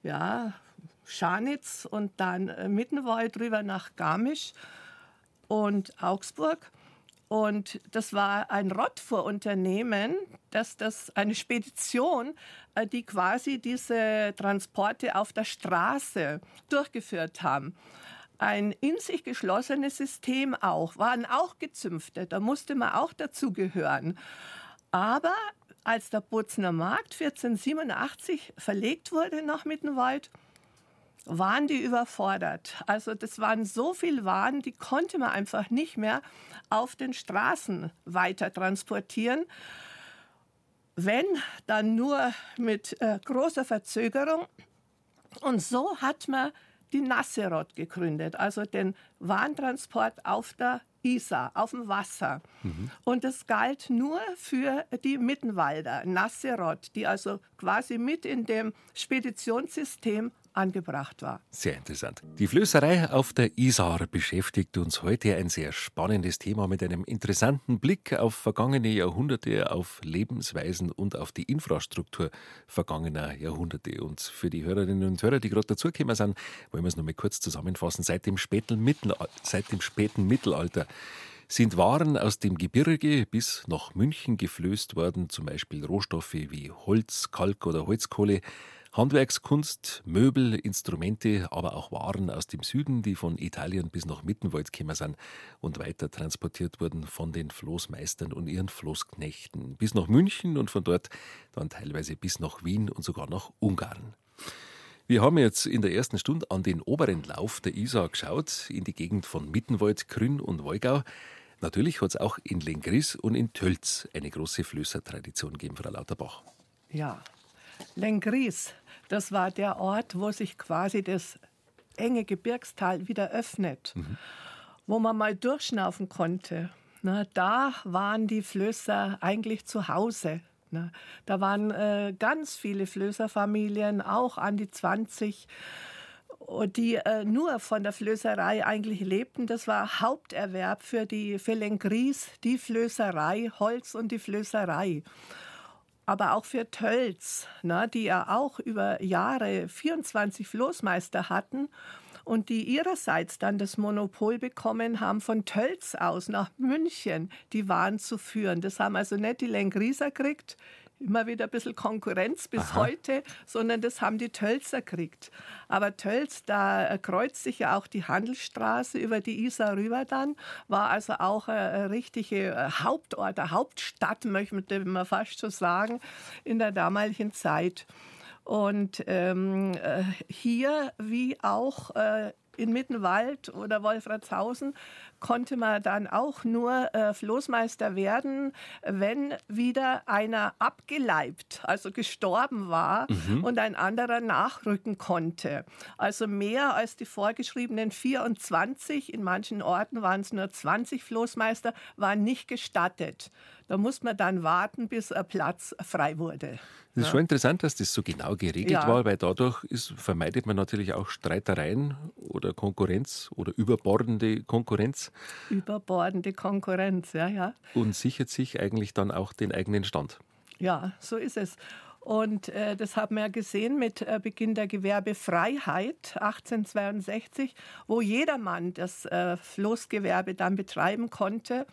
Scharnitz und dann Mittenwald rüber nach Garmisch und Augsburg. Und das war ein Rottfuhrunternehmen, eine Spedition, die quasi diese Transporte auf der Straße durchgeführt haben. Ein in sich geschlossenes System auch, waren auch Gezünfte, da musste man auch dazugehören. Aber als der Bozner Markt 1487 verlegt wurde nach Mittenwald, waren die überfordert. Also das waren so viel Waren, die konnte man einfach nicht mehr auf den Straßen weiter transportieren. Wenn, dann nur mit großer Verzögerung. Und so hat man die Nasserott gegründet, also den Warentransport auf der Isar, auf dem Wasser. Und das galt nur für die Mittenwalder, Nasserott, die also quasi mit in dem Speditionssystem angebracht war. Sehr interessant. Die Flößerei auf der Isar beschäftigt uns heute, ein sehr spannendes Thema mit einem interessanten Blick auf vergangene Jahrhunderte, auf Lebensweisen und auf die Infrastruktur vergangener Jahrhunderte. Und für die Hörerinnen und Hörer, die gerade dazugekommen sind, wollen wir es noch mal kurz zusammenfassen. Seit dem späten Mittelalter sind Waren aus dem Gebirge bis nach München geflößt worden, zum Beispiel Rohstoffe wie Holz, Kalk oder Holzkohle, Handwerkskunst, Möbel, Instrumente, aber auch Waren aus dem Süden, die von Italien bis nach Mittenwald gekommen sind und weiter transportiert wurden von den Floßmeistern und ihren Floßknechten bis nach München und von dort dann teilweise bis nach Wien und sogar nach Ungarn. Wir haben jetzt in der ersten Stunde an den oberen Lauf der Isar geschaut, in die Gegend von Mittenwald, Grün und Wolgau. Natürlich hat es auch in Lenggries und in Tölz eine große Flößertradition gegeben, Frau Lauterbach. Ja, Lenggries, das war der Ort, wo sich quasi das enge Gebirgstal wieder öffnet, wo man mal durchschnaufen konnte. Na, da waren die Flößer eigentlich zu Hause. Na, da waren ganz viele Flößerfamilien, auch an die 20, die nur von der Flößerei eigentlich lebten. Das war Haupterwerb für Lenggries, die Flößerei, Holz und die Flößerei. Aber auch für Tölz, die ja auch über Jahre 24 Floßmeister hatten und die ihrerseits dann das Monopol bekommen haben, von Tölz aus nach München die Waren zu führen. Das haben also nicht die Lenggrieser gekriegt, immer wieder ein bisschen Konkurrenz bis heute, sondern das haben die Tölzer gekriegt. Aber Tölz, da kreuzt sich ja auch die Handelsstraße über die Isar rüber dann, war also auch eine richtige Hauptort, eine Hauptstadt, möchte man fast so sagen, in der damaligen Zeit. Und hier wie auch in Mittenwald oder Wolfratshausen konnte man dann auch nur Floßmeister werden, wenn wieder einer abgeleibt, also gestorben war und ein anderer nachrücken konnte. Also mehr als die vorgeschriebenen 24, in manchen Orten waren es nur 20 Floßmeister, waren nicht gestattet. Da muss man dann warten, bis ein Platz frei wurde. Das ist schon interessant, dass das so genau geregelt war, weil dadurch vermeidet man natürlich auch Streitereien oder Konkurrenz oder überbordende Konkurrenz. Überbordende Konkurrenz, ja. Und sichert sich eigentlich dann auch den eigenen Stand. Ja, so ist es. Und das haben wir gesehen mit Beginn der Gewerbefreiheit 1862, wo jedermann das Floßgewerbe dann betreiben konnte,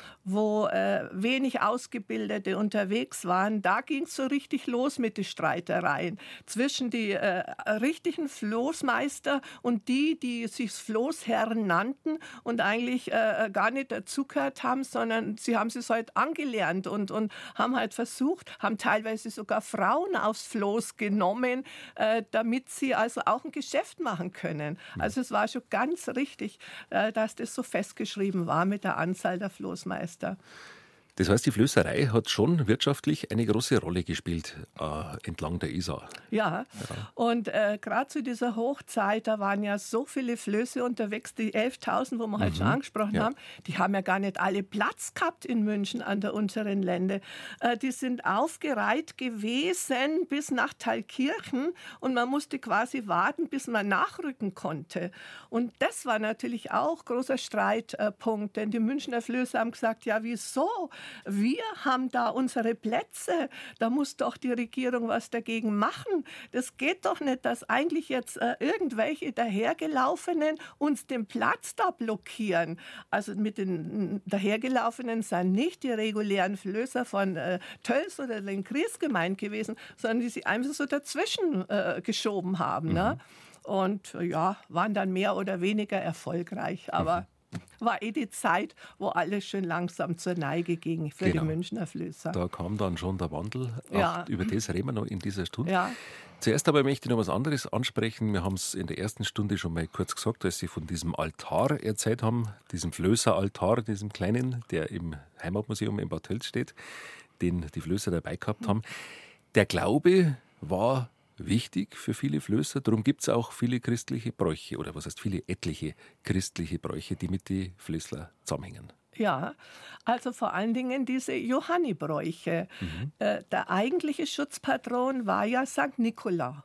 wo wenig Ausgebildete unterwegs waren. Da ging es so richtig los mit den Streitereien zwischen die richtigen Floßmeister und die sich Floßherren nannten und eigentlich gar nicht dazugehört haben, sondern sie haben es halt angelernt und haben halt versucht, haben teilweise sogar Frauen aufs Floß genommen, damit sie also auch ein Geschäft machen können. Also es war schon ganz richtig, dass das so festgeschrieben war mit der Anzahl der Floßmeister. Das heißt, die Flößerei hat schon wirtschaftlich eine große Rolle gespielt entlang der Isar. Ja. Und gerade zu dieser Hochzeit, da waren ja so viele Flöße unterwegs, die 11.000, wo wir halt schon angesprochen haben, die haben ja gar nicht alle Platz gehabt in München an der unteren Lände. Die sind aufgereiht gewesen bis nach Thalkirchen und man musste quasi warten, bis man nachrücken konnte. Und das war natürlich auch großer Streitpunkt, denn die Münchner Flößer haben gesagt, ja wieso? Wir haben da unsere Plätze, da muss doch die Regierung was dagegen machen. Das geht doch nicht, dass eigentlich jetzt irgendwelche dahergelaufenen uns den Platz da blockieren. Also mit den dahergelaufenen sind nicht die regulären Flößer von Tölz oder den Kries gemeint gewesen, sondern die sie einfach so dazwischen geschoben haben. Ne? Und ja, waren dann mehr oder weniger erfolgreich, aber war die Zeit, wo alles schön langsam zur Neige ging für die Münchner Flößer. Da kam dann schon der Wandel. Auch über das reden wir noch in dieser Stunde. Ja. Zuerst aber möchte ich noch was anderes ansprechen. Wir haben es in der ersten Stunde schon mal kurz gesagt, als Sie von diesem Altar erzählt haben, diesem Flößeraltar, diesem kleinen, der im Heimatmuseum in Bad Tölz steht, den die Flößer dabei gehabt haben. Der Glaube war wichtig für viele Flößer. Darum gibt es auch viele christliche Bräuche, oder was heißt viele, etliche christliche Bräuche, die mit den Flößler zusammenhängen. Ja, also vor allen Dingen diese Johannibräuche. Der eigentliche Schutzpatron war ja St. Nikolaus.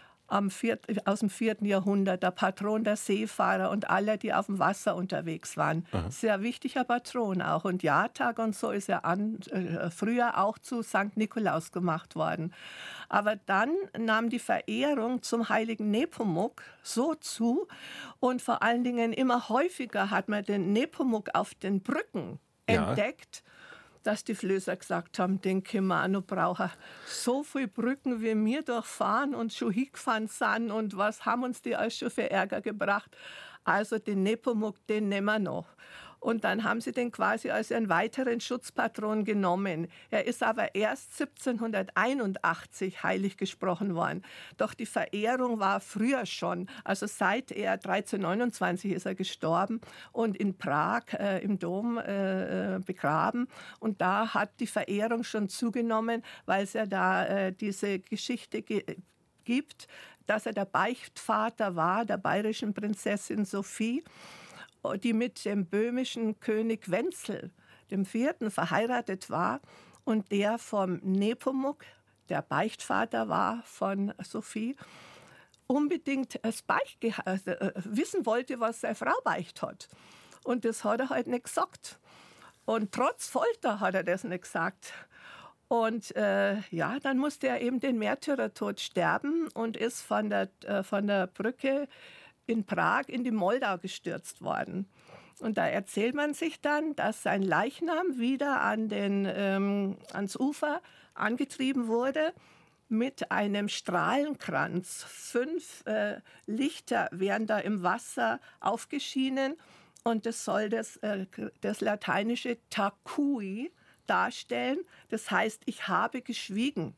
Aus dem 4. Jahrhundert, der Patron der Seefahrer und aller, die auf dem Wasser unterwegs waren. Sehr wichtiger Patron auch. Und Jahrtag und so ist er früher auch zu St. Nikolaus gemacht worden. Aber dann nahm die Verehrung zum heiligen Nepomuk so zu und vor allen Dingen immer häufiger hat man den Nepomuk auf den Brücken entdeckt, dass die Flößer gesagt haben, den können wir auch noch brauchen. So viele Brücken, wie wir durchfahren und schon hingefahren sind und was haben uns die alles schon für Ärger gebracht. Also den Nepomuk, den nehmen wir noch. Und dann haben sie den quasi als einen weiteren Schutzpatron genommen. Er ist aber erst 1781 heilig gesprochen worden. Doch die Verehrung war früher schon. Also seit 1329 ist er gestorben und in Prag im Dom begraben. Und da hat die Verehrung schon zugenommen, weil es ja da diese Geschichte gibt, dass er der Beichtvater war, der bayerischen Prinzessin Sophie, die mit dem böhmischen König Wenzel, dem 4., verheiratet war und der vom Nepomuk, der Beichtvater war von Sophie, unbedingt wissen wollte, was seine Frau beicht hat. Und das hat er halt nicht gesagt. Und trotz Folter hat er das nicht gesagt. Und dann musste er eben den Märtyrertod sterben und ist von der Brücke in Prag in die Moldau gestürzt worden. Und da erzählt man sich dann, dass sein Leichnam wieder ans Ufer angetrieben wurde mit einem Strahlenkranz. 5 Lichter werden da im Wasser aufgeschienen und das soll das lateinische Tacui darstellen. Das heißt, ich habe geschwiegen.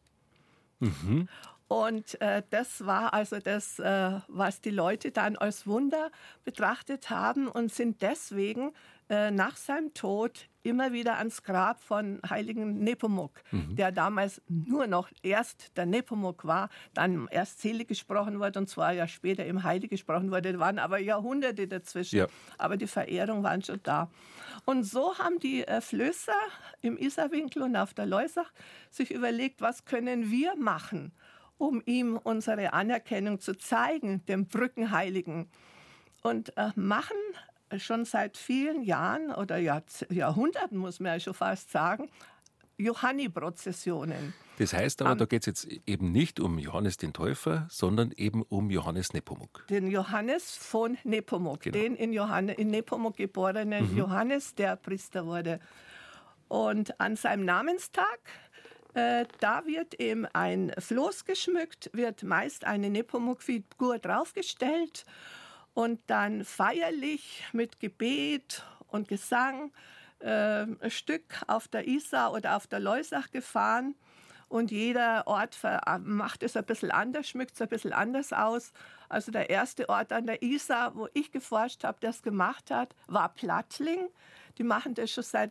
Und das war also das, was die Leute dann als Wunder betrachtet haben und sind deswegen nach seinem Tod immer wieder ans Grab von heiligen Nepomuk, der damals nur noch erst der Nepomuk war, dann erst selig gesprochen wurde und 2 Jahre später eben heilig gesprochen wurde. Da waren aber Jahrhunderte dazwischen, Ja. aber die Verehrung waren schon da. Und so haben die Flößer im Isarwinkel und auf der Leusach sich überlegt, was können wir machen, um ihm unsere Anerkennung zu zeigen, dem Brückenheiligen. Und machen schon seit vielen Jahren oder Jahrhunderten, muss man ja schon fast sagen, Johanni-Prozessionen. Das heißt aber, da geht es jetzt eben nicht um Johannes den Täufer, sondern eben um Johannes Nepomuk. Den Johannes von Nepomuk, Genau. den in Nepomuk geborenen Johannes, der Priester wurde. Und an seinem Namenstag, da wird eben ein Floß geschmückt, wird meist eine Nepomuk-Figur draufgestellt und dann feierlich mit Gebet und Gesang ein Stück auf der Isar oder auf der Leusach gefahren. Und jeder Ort macht es ein bisschen anders, schmückt es ein bisschen anders aus. Also der erste Ort an der Isar, wo ich geforscht habe, der es gemacht hat, war Plattling. Die machen das schon seit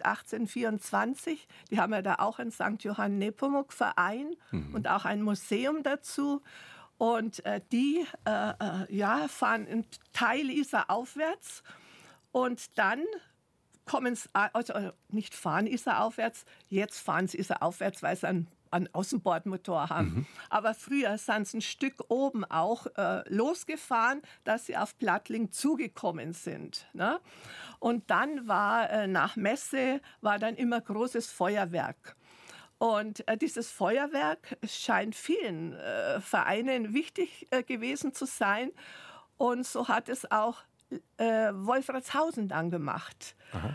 1824. Die haben ja da auch einen St. Johann Nepomuk Verein und auch ein Museum dazu. Und die fahren einen Teil Isar aufwärts und dann kommen sie, also nicht fahren Isar aufwärts, jetzt fahren sie Isar aufwärts, weil sie einen Außenbordmotor haben. Aber früher sind sie ein Stück oben auch losgefahren, dass sie auf Plattling zugekommen sind. Ne? Und dann war nach Messe war dann immer großes Feuerwerk. Und dieses Feuerwerk scheint vielen Vereinen wichtig gewesen zu sein. Und so hat es auch Wolfratshausen dann gemacht.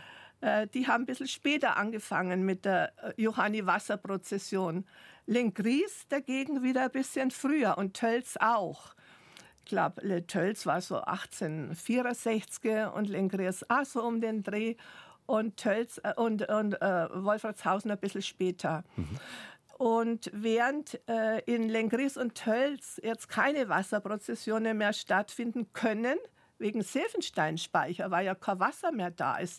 Die haben ein bisschen später angefangen mit der Johanni-Wasserprozession. Lenggries dagegen wieder ein bisschen früher und Tölz auch. Ich glaube, Tölz war so 1864 und Lenggries auch so um den Dreh und Tölz und Wolfratshausen ein bisschen später. Und während in Lenggries und Tölz jetzt keine Wasserprozessionen mehr stattfinden können, wegen Silfensteinspeicher, weil ja kein Wasser mehr da ist.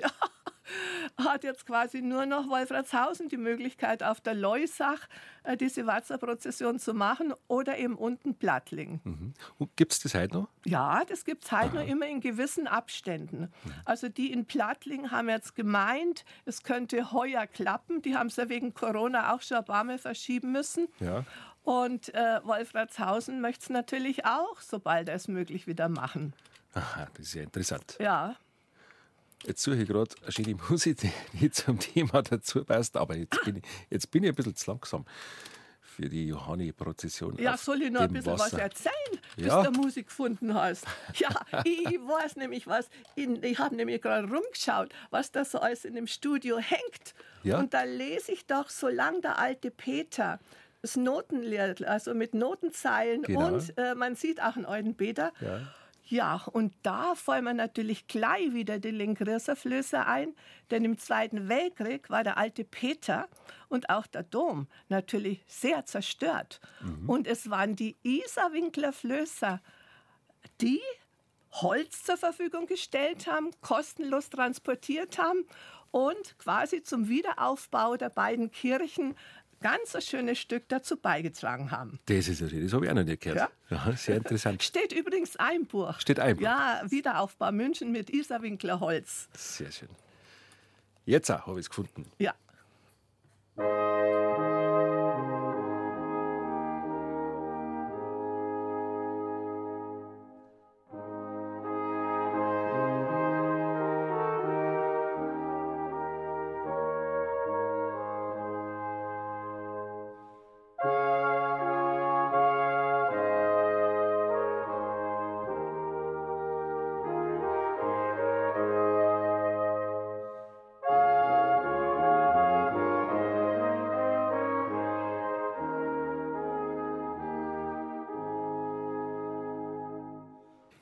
Hat jetzt quasi nur noch Wolfratshausen die Möglichkeit, auf der Leusach diese Wasserprozession zu machen oder eben unten Plattling. Gibt es das heute noch? Ja, das gibt es heute noch immer in gewissen Abständen. Also die in Plattling haben jetzt gemeint, es könnte heuer klappen. Die haben es ja wegen Corona auch schon ein paar Mal verschieben müssen. Ja. Und Wolfratshausen möchte es natürlich auch, sobald es möglich, wieder machen. Aha, das ist ja interessant. Ja. Jetzt suche ich gerade eine schöne Musik, die zum Thema dazu passt, aber jetzt bin ich ein bisschen zu langsam für die Johanni-Prozession. Ja, soll ich noch ein bisschen was erzählen, bis du Musik gefunden hast? Ja, ich weiß nämlich was. Ich habe nämlich gerade rumgeschaut, was da so alles in dem Studio hängt. Ja? Und da lese ich doch so lang der alte Peter. Das Notenlied, also mit Notenzeilen Genau. und man sieht auch einen alten Peter. Ja. Ja, und da fallen mir natürlich gleich wieder die Lenggriser Flößer ein, denn im Zweiten Weltkrieg war der alte Peter und auch der Dom natürlich sehr zerstört. Und es waren die Isarwinkler Flößer, die Holz zur Verfügung gestellt haben, kostenlos transportiert haben und quasi zum Wiederaufbau der beiden Kirchen ganz ein schönes Stück dazu beigetragen haben. Das ist ja schön, das habe ich auch noch nicht gehört. Ja, sehr interessant. Steht übrigens ein Buch. Steht ein Buch. Ja, Wiederaufbau München mit Isarwinkler Holz. Sehr schön. Jetzt auch habe ich es gefunden. Ja.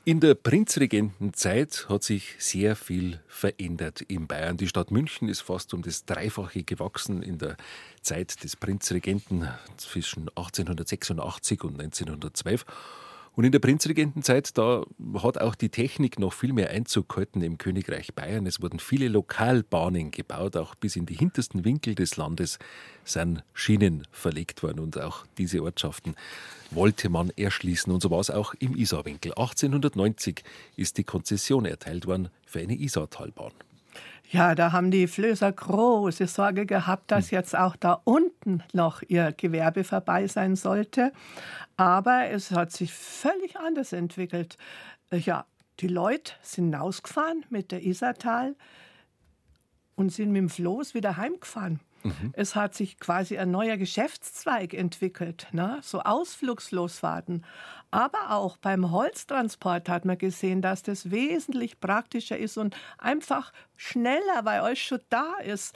In der Prinzregentenzeit hat sich sehr viel verändert in Bayern. Die Stadt München ist fast um das Dreifache gewachsen in der Zeit des Prinzregenten zwischen 1886 und 1912. Und in der Prinzregentenzeit, da hat auch die Technik noch viel mehr Einzug gehalten im Königreich Bayern. Es wurden viele Lokalbahnen gebaut, auch bis in die hintersten Winkel des Landes sind Schienen verlegt worden. Und auch diese Ortschaften wollte man erschließen. Und so war es auch im Isarwinkel. 1890 ist die Konzession erteilt worden für eine Isartalbahn. Ja, da haben die Flößer große Sorge gehabt, dass jetzt auch da unten noch ihr Gewerbe vorbei sein sollte. Aber es hat sich völlig anders entwickelt. Ja, die Leute sind rausgefahren mit der Isartal und sind mit dem Floß wieder heimgefahren. Es hat sich quasi ein neuer Geschäftszweig entwickelt, ne? So Ausflugslosfahrten. Aber auch beim Holztransport hat man gesehen, dass das wesentlich praktischer ist und einfach schneller, weil euch schon da ist,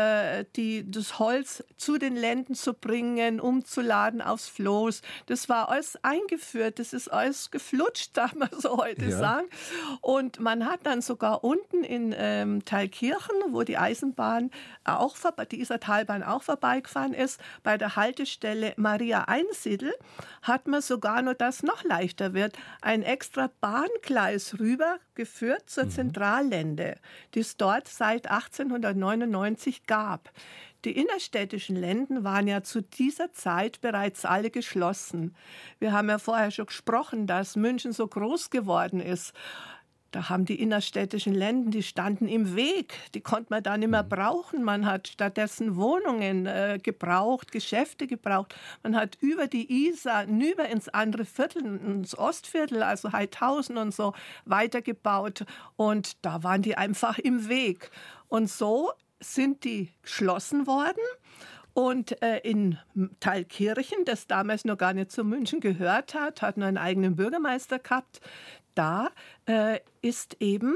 das Holz zu den Länden zu bringen, umzuladen aufs Floß. Das war alles eingeführt, das ist alles geflutscht, darf man so heute sagen. Und man hat dann sogar unten in Thalkirchen, wo die Eisenbahn auch die Isartalbahn auch vorbeigefahren ist, bei der Haltestelle Maria Einsiedel, hat man sogar noch, dass noch leichter wird, ein extra Bahngleis rübergeführt zur Zentrallende, die es dort seit 1899 gab. Die innerstädtischen Länden waren ja zu dieser Zeit bereits alle geschlossen. Wir haben ja vorher schon gesprochen, dass München so groß geworden ist. Da haben die innerstädtischen Länden, die standen im Weg, die konnte man da nicht mehr brauchen. Man hat stattdessen Wohnungen gebraucht, Geschäfte gebraucht. Man hat über die Isar hinüber ins andere Viertel, ins Ostviertel, also Heidhausen und so, weitergebaut. Und da waren die einfach im Weg. Und so sind die geschlossen worden. Und in Thalkirchen, das damals noch gar nicht zu München gehört hat nur einen eigenen Bürgermeister gehabt. Da ist eben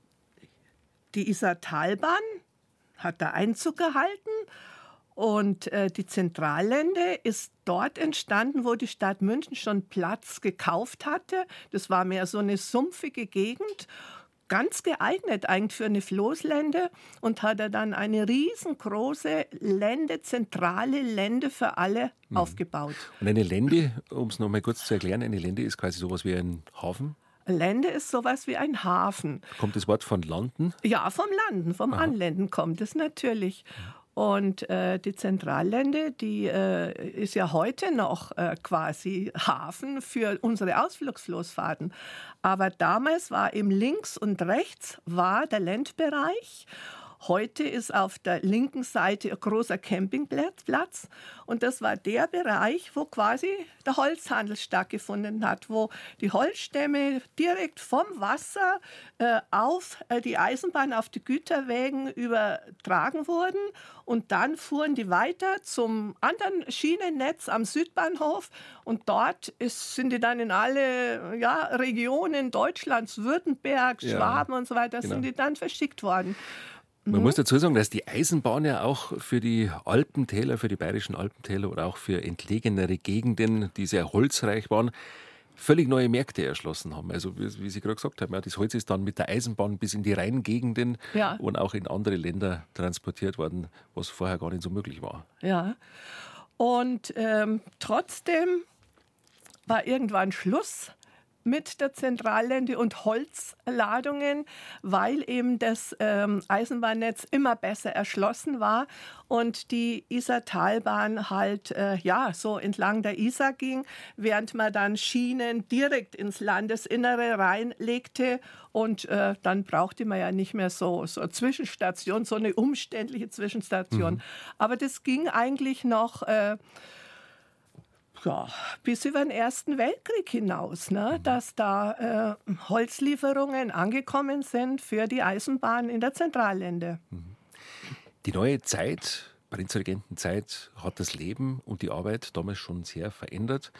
die Isartalbahn, hat da Einzug gehalten und die Zentrallende ist dort entstanden, wo die Stadt München schon Platz gekauft hatte. Das war mehr so eine sumpfige Gegend, ganz geeignet eigentlich für eine Floßlände und hat er dann eine riesengroße Lände, zentrale Lände für alle aufgebaut. Und eine Lände, um es noch mal kurz zu erklären, eine Lände ist quasi sowas wie ein Hafen? Lände ist sowas wie ein Hafen. Kommt das Wort von Landen? Ja, vom Landen, vom Anlenden kommt es natürlich. Und die Zentrallende, die ist ja heute noch quasi Hafen für unsere Ausflugsfloßfahrten. Aber damals war eben links und rechts war der Ländbereich. Heute ist auf der linken Seite ein großer Campingplatz und das war der Bereich, wo quasi der Holzhandel stattgefunden hat, wo die Holzstämme direkt vom Wasser auf die Eisenbahn, auf die Güterwägen übertragen wurden und dann fuhren die weiter zum anderen Schienennetz am Südbahnhof und dort sind die dann in alle Regionen Deutschlands, Württemberg, Schwaben und so weiter, sind die dann verschickt worden. Man muss dazu sagen, dass die Eisenbahn ja auch für die Alpentäler, für die bayerischen Alpentäler oder auch für entlegenere Gegenden, die sehr holzreich waren, völlig neue Märkte erschlossen haben. Also wie Sie gerade gesagt haben, das Holz ist dann mit der Eisenbahn bis in die Rheingegenden und auch in andere Länder transportiert worden, was vorher gar nicht so möglich war. Ja, und trotzdem war irgendwann Schluss mit der Zentrallende und Holzladungen, weil eben das Eisenbahnnetz immer besser erschlossen war und die Isartalbahn halt so entlang der Isar ging, während man dann Schienen direkt ins Landesinnere reinlegte und dann brauchte man ja nicht mehr so eine Zwischenstation, so eine umständliche Zwischenstation. Aber das ging eigentlich noch bis über den Ersten Weltkrieg hinaus, ne? Dass da Holzlieferungen angekommen sind für die Eisenbahn in der Zentrallende. Die neue Zeit, Prinzregentenzeit, hat das Leben und die Arbeit damals schon sehr verändert.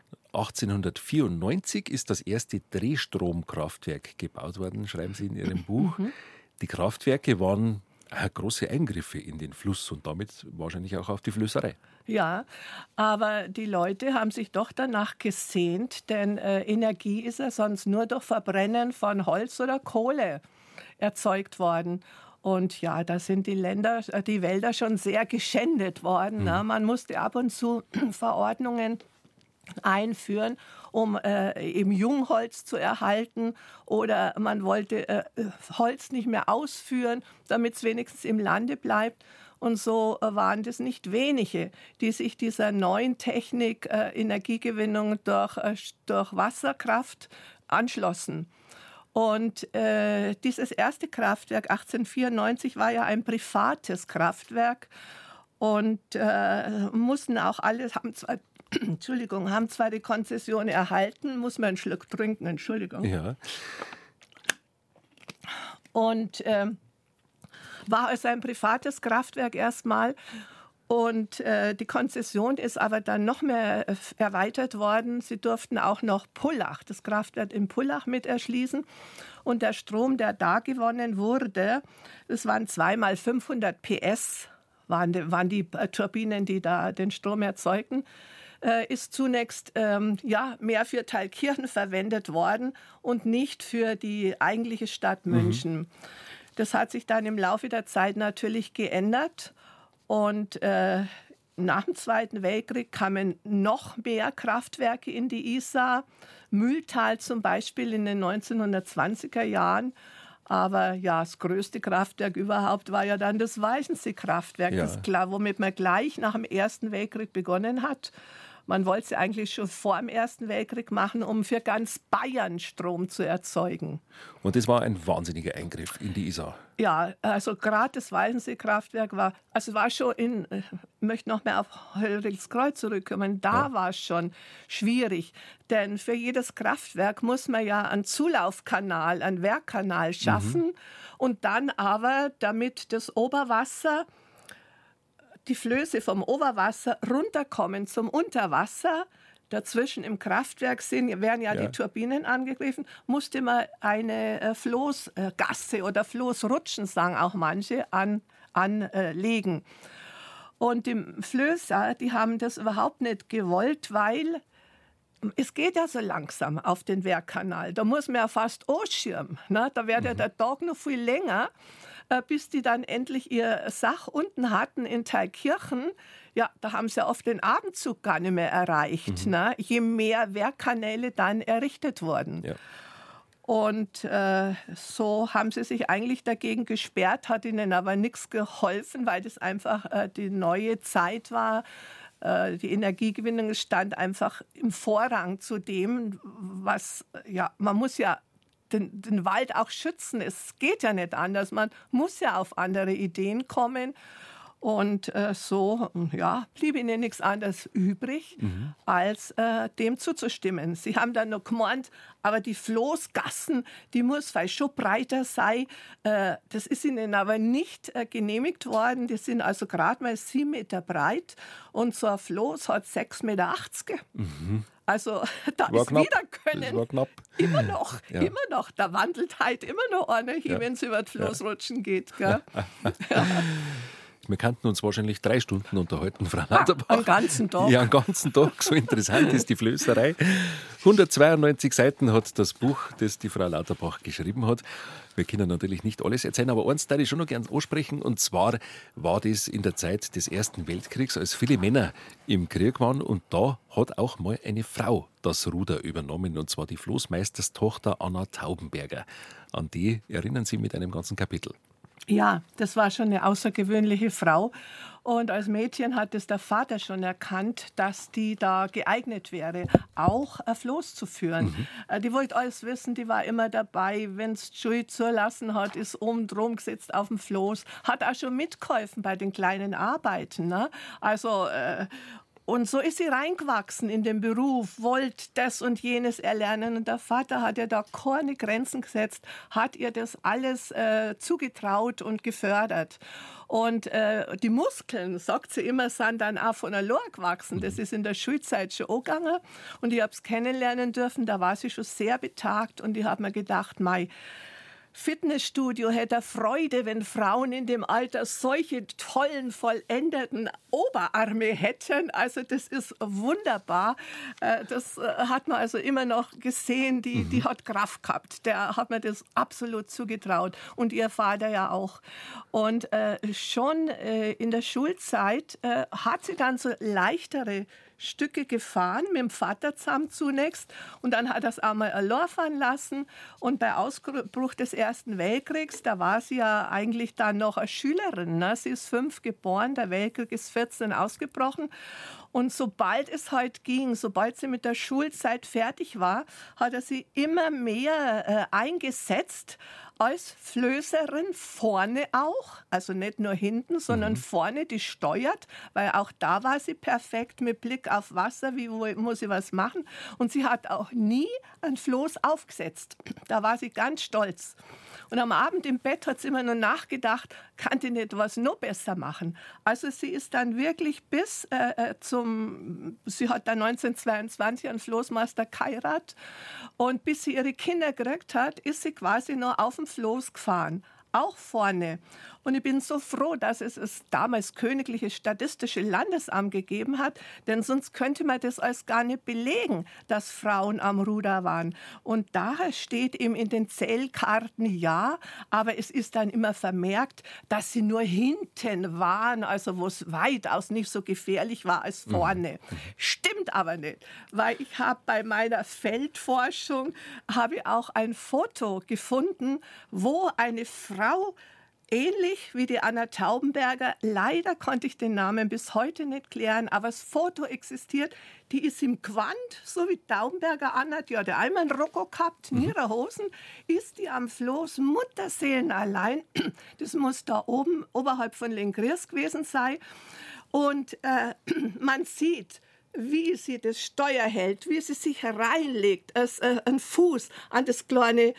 1894 ist das erste Drehstromkraftwerk gebaut worden, schreiben Sie in Ihrem Buch. Die Kraftwerke waren große Eingriffe in den Fluss und damit wahrscheinlich auch auf die Flößerei. Ja, aber die Leute haben sich doch danach gesehnt, denn Energie ist ja sonst nur durch Verbrennen von Holz oder Kohle erzeugt worden. Und ja, da sind die Wälder schon sehr geschändet worden. Ne? Man musste ab und zu Verordnungen einführen, um eben Jungholz zu erhalten, oder man wollte Holz nicht mehr ausführen, damit es wenigstens im Lande bleibt. Und so waren das nicht wenige, die sich dieser neuen Technik Energiegewinnung durch Wasserkraft anschlossen. Und dieses erste Kraftwerk 1894 war ja ein privates Kraftwerk und mussten auch alle, haben zwar die Konzession erhalten, muss man einen Schluck trinken, Entschuldigung. Ja. Und war also ein privates Kraftwerk erstmal. Und die Konzession ist aber dann noch mehr erweitert worden. Sie durften auch noch Pullach, das Kraftwerk in Pullach, mit erschließen. Und der Strom, der da gewonnen wurde, das waren 2 × 500 PS, waren die Turbinen, die da den Strom erzeugten, ist zunächst mehr für Thalkirchen verwendet worden und nicht für die eigentliche Stadt München. Das hat sich dann im Laufe der Zeit natürlich geändert. Und nach dem Zweiten Weltkrieg kamen noch mehr Kraftwerke in die Isar. Mühltal zum Beispiel in den 1920er Jahren. Aber ja, das größte Kraftwerk überhaupt war ja dann das Weichensee-Kraftwerk, womit man gleich nach dem Ersten Weltkrieg begonnen hat. Man wollte es eigentlich schon vor dem Ersten Weltkrieg machen, um für ganz Bayern Strom zu erzeugen. Und das war ein wahnsinniger Eingriff in die Isar. Ja, also gerade das Weichensee-Kraftwerk war schon ich möchte noch mehr auf Höllrichskreuz zurückkommen, war es schon schwierig. Denn für jedes Kraftwerk muss man ja einen Zulaufkanal, einen Werkkanal schaffen und dann aber, damit das Oberwasser, die Flöße vom Oberwasser runterkommen zum Unterwasser, dazwischen im Kraftwerk werden die Turbinen angegriffen, musste man eine Floßgasse oder Floßrutschen, sagen auch manche, anlegen. Und die Flößer, die haben das überhaupt nicht gewollt, weil es geht ja so langsam auf den Werkkanal. Da muss man ja fast anschirmen. Ne? Da wäre der Tag noch viel länger, bis die dann endlich ihr Sach unten hatten in Thalkirchen. Ja, da haben sie oft den Abendzug gar nicht mehr erreicht, ne? Je mehr Werkkanäle dann errichtet wurden. Ja. Und so haben sie sich eigentlich dagegen gesperrt, hat ihnen aber nichts geholfen, weil das einfach die neue Zeit war. Die Energiegewinnung stand einfach im Vorrang zu dem, was, man muss ja den Wald auch schützen. Es geht ja nicht anders. Man muss ja auf andere Ideen kommen. Und blieb ihnen nichts anderes übrig, als dem zuzustimmen. Sie haben dann noch gemeint, aber die Floßgassen, die muss vielleicht schon breiter sein. Das ist ihnen aber nicht genehmigt worden. Die sind also gerade mal 7 Meter breit und so ein Floß hat 6,80 Meter. Also da war ist knapp. wieder können. Das war knapp. Immer noch. Da wandelt halt immer noch einer hier, wenn es über das Floßrutschen geht. Gell? Wir könnten uns wahrscheinlich 3 Stunden unterhalten, Frau Lauterbach. Einen ganzen Tag. Ja, einen ganzen Tag. So interessant ist die Flößerei. 192 Seiten hat das Buch, das die Frau Lauterbach geschrieben hat. Wir können natürlich nicht alles erzählen, aber eins darf ich schon noch gerne ansprechen. Und zwar war das in der Zeit des Ersten Weltkriegs, als viele Männer im Krieg waren. Und da hat auch mal eine Frau das Ruder übernommen. Und zwar die Floßmeisterstochter Anna Taubenberger. An die erinnern Sie mit einem ganzen Kapitel. Ja, das war schon eine außergewöhnliche Frau. Und als Mädchen hat es der Vater schon erkannt, dass die da geeignet wäre, auch ein Floß zu führen. Die wollte alles wissen, die war immer dabei. Wenn es die Schule zulassen hat, ist oben drum gesetzt auf dem Floß. Hat auch schon mitgeholfen bei den kleinen Arbeiten. Ne? Also und so ist sie reingewachsen in den Beruf, wollte das und jenes erlernen. Und der Vater hat ihr da keine Grenzen gesetzt, hat ihr das alles zugetraut und gefördert. Und die Muskeln, sagt sie immer, sind dann auch von allein gewachsen. Das ist in der Schulzeit schon angegangen. Und ich habe es kennenlernen dürfen, da war sie schon sehr betagt. Und ich habe mir gedacht, Fitnessstudio hätte er Freude, wenn Frauen in dem Alter solche tollen, vollendeten Oberarme hätten. Also das ist wunderbar. Das hat man also immer noch gesehen. Die hat Kraft gehabt. Der hat mir das absolut zugetraut. Und ihr Vater ja auch. Und schon in der Schulzeit hat sie dann so leichtere Stücke gefahren, mit dem Vater zusammen zunächst. Und dann hat er es einmal allein fahren lassen. Und bei Ausbruch des Ersten Weltkriegs, da war sie ja eigentlich dann noch als Schülerin. Ne? Sie ist 5 geboren, der Weltkrieg ist 14 ausgebrochen. Und sobald es halt ging, sobald sie mit der Schulzeit fertig war, hat er sie immer mehr eingesetzt als Flößerin vorne auch, also nicht nur hinten, sondern vorne, die steuert, weil auch da war sie perfekt mit Blick auf Wasser, wie muss sie was machen. Und sie hat auch nie ein Floß aufgesetzt. Da war sie ganz stolz. Und am Abend im Bett hat sie immer nur nachgedacht, kann die nicht was noch besser machen. Also sie ist dann wirklich bis sie hat dann 1922 einen Floßmeister geheiratet und bis sie ihre Kinder gekriegt hat, ist sie quasi noch auf dem Floß gefahren. Auch vorne. Und ich bin so froh, dass es das damals Königliche Statistische Landesamt gegeben hat, denn sonst könnte man das als gar nicht belegen, dass Frauen am Ruder waren. Und daher steht eben in den Zählkarten ja, aber es ist dann immer vermerkt, dass sie nur hinten waren, also wo es weitaus nicht so gefährlich war als vorne. Stimmt aber nicht, weil ich habe bei meiner Feldforschung auch ein Foto gefunden, wo eine Frau ähnlich wie die Anna Taubenberger, leider konnte ich den Namen bis heute nicht klären, aber das Foto existiert, die ist im Gewand, so wie Taubenberger Anna, die hat einmal einen Rocco gehabt, in ihrer Hosen, ist die am Floß Mutterseelen allein, das muss da oben, oberhalb von Lenggries gewesen sein und man sieht, wie sie das Steuer hält, wie sie sich hereinlegt, einen Fuß an das kleine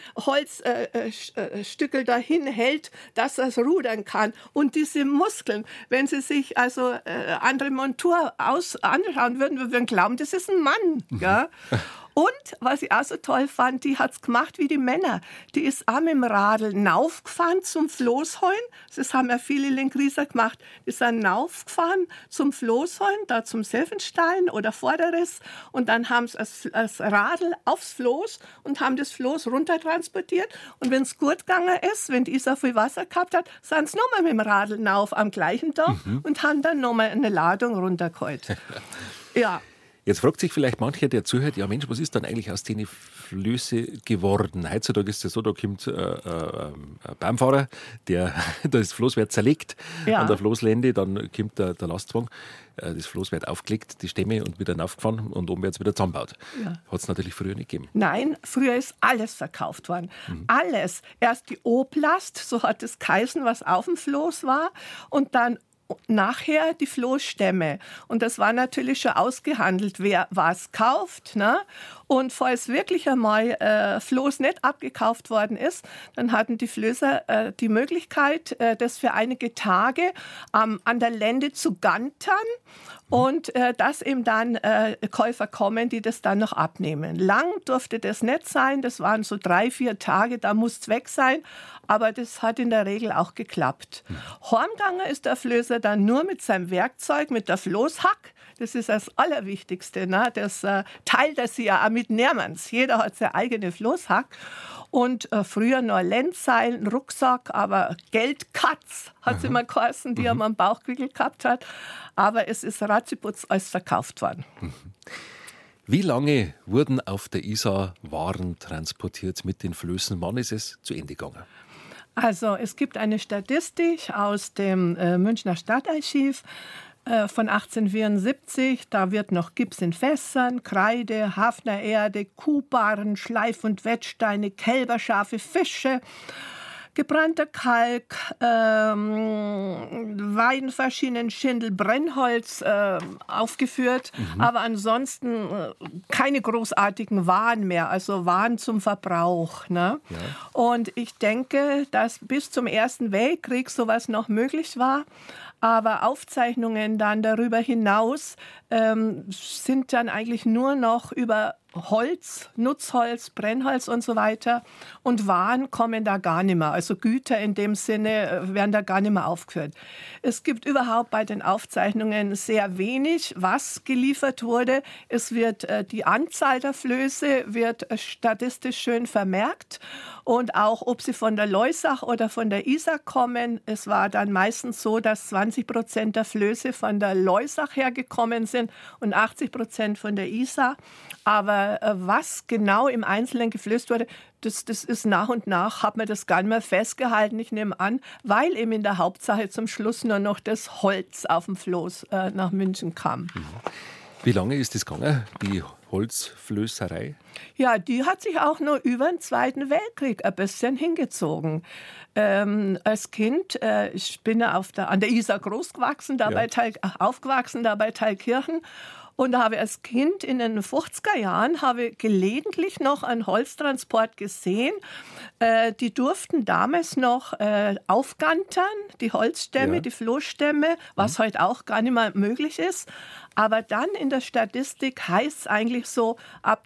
Holzstückel dahin hält, dass er es rudern kann. Und diese Muskeln, wenn sie sich also andere Montur anschauen würden, wir würden glauben, das ist ein Mann. Ja? Und, was ich auch so toll fand, die hat es gemacht wie die Männer. Die ist auch mit dem Radl naufgefahren zum Floßheuen. Das haben ja viele Lengrieser gemacht. Die sind naufgefahren zum Floßheuen, da zum Selfenstein oder Vorderes. Und dann haben sie das Radl aufs Floß und haben das Floß runtertransportiert. Und wenn es gut gegangen ist, wenn die Isar viel Wasser gehabt hat, sind sie nochmal mit dem Radl nauf am gleichen Tag und haben dann nochmal eine Ladung runtergeholt. Ja. Jetzt fragt sich vielleicht mancher, der zuhört, ja Mensch, was ist dann eigentlich aus den Flöße geworden? Heutzutage ist es so, da kommt ein Bahnfahrer, der das Floß wird zerlegt an der Floßlände, dann kommt der Lastwagen, das Floß wird aufgelegt, die Stämme und wieder aufgefahren und oben wird es wieder zusammengebaut. Ja. Hat es natürlich früher nicht gegeben. Nein, früher ist alles verkauft worden. Alles. Erst die Oblast, so hat es geheißen, was auf dem Floß war, und dann nachher die Floßstämme. Und das war natürlich schon ausgehandelt, wer was kauft. Ne? Und falls wirklich einmal Floß nicht abgekauft worden ist, dann hatten die Flößer die Möglichkeit, das für einige Tage an der Lände zu gantern und dass eben dann Käufer kommen, die das dann noch abnehmen. Lang durfte das nicht sein, das waren so 3-4 Tage, da muss es weg sein, aber das hat in der Regel auch geklappt. Heimgegangen ist der Flößer dann nur mit seinem Werkzeug, mit der Floßhack. Das ist das Allerwichtigste. Ne? Das teilt er sich ja auch mit niemandem. Jeder hat seine eigene Floßhack. Und früher noch Lenzseil, einen Rucksack, aber Geldkatz hat es immer geheißen, die am Bauchwickel gehabt hat. Aber es ist ratziputz alles verkauft worden. Wie lange wurden auf der Isar Waren transportiert mit den Flößen? Wann ist es zu Ende gegangen? Also es gibt eine Statistik aus dem Münchner Stadtarchiv von 1874. Da wird noch Gips in Fässern, Kreide, Hafner Erde, Kuhbarren, Schleif- und Wettsteine, Kälberscharfe, Fische, gebrannter Kalk, Weidenfaschinen, Schindel, Brennholz aufgeführt. Aber ansonsten keine großartigen Waren mehr, also Waren zum Verbrauch. Ne? Ja. Und ich denke, dass bis zum Ersten Weltkrieg sowas noch möglich war. Aber Aufzeichnungen dann darüber hinaus sind dann eigentlich nur noch über Holz, Nutzholz, Brennholz und so weiter. Und Waren kommen da gar nicht mehr. Also Güter in dem Sinne werden da gar nicht mehr aufgeführt. Es gibt überhaupt bei den Aufzeichnungen sehr wenig, was geliefert wurde. Es wird die Anzahl der Flöße wird statistisch schön vermerkt. Und auch, ob sie von der Loisach oder von der Isar kommen. Es war dann meistens so, dass 20% der Flöße von der Loisach hergekommen sind und 80% von der Isar. Aber was genau im Einzelnen geflößt wurde, das ist nach und nach, hat man das gar nicht mehr festgehalten. Ich nehme an, weil eben in der Hauptsache zum Schluss nur noch das Holz auf dem Floß nach München kam. Wie lange ist das gegangen, die Holzflößerei? Ja, die hat sich auch nur über den Zweiten Weltkrieg ein bisschen hingezogen. Als Kind, ich bin ja an der Isar groß gewachsen, aufgewachsen, da bei Thalkirchen. Und da habe ich als Kind in den 50er Jahren gelegentlich noch einen Holztransport gesehen. Die durften damals noch aufgantern, die Holzstämme, die Floßstämme, was heute auch gar nicht mehr möglich ist. Aber dann in der Statistik heißt es eigentlich so, ab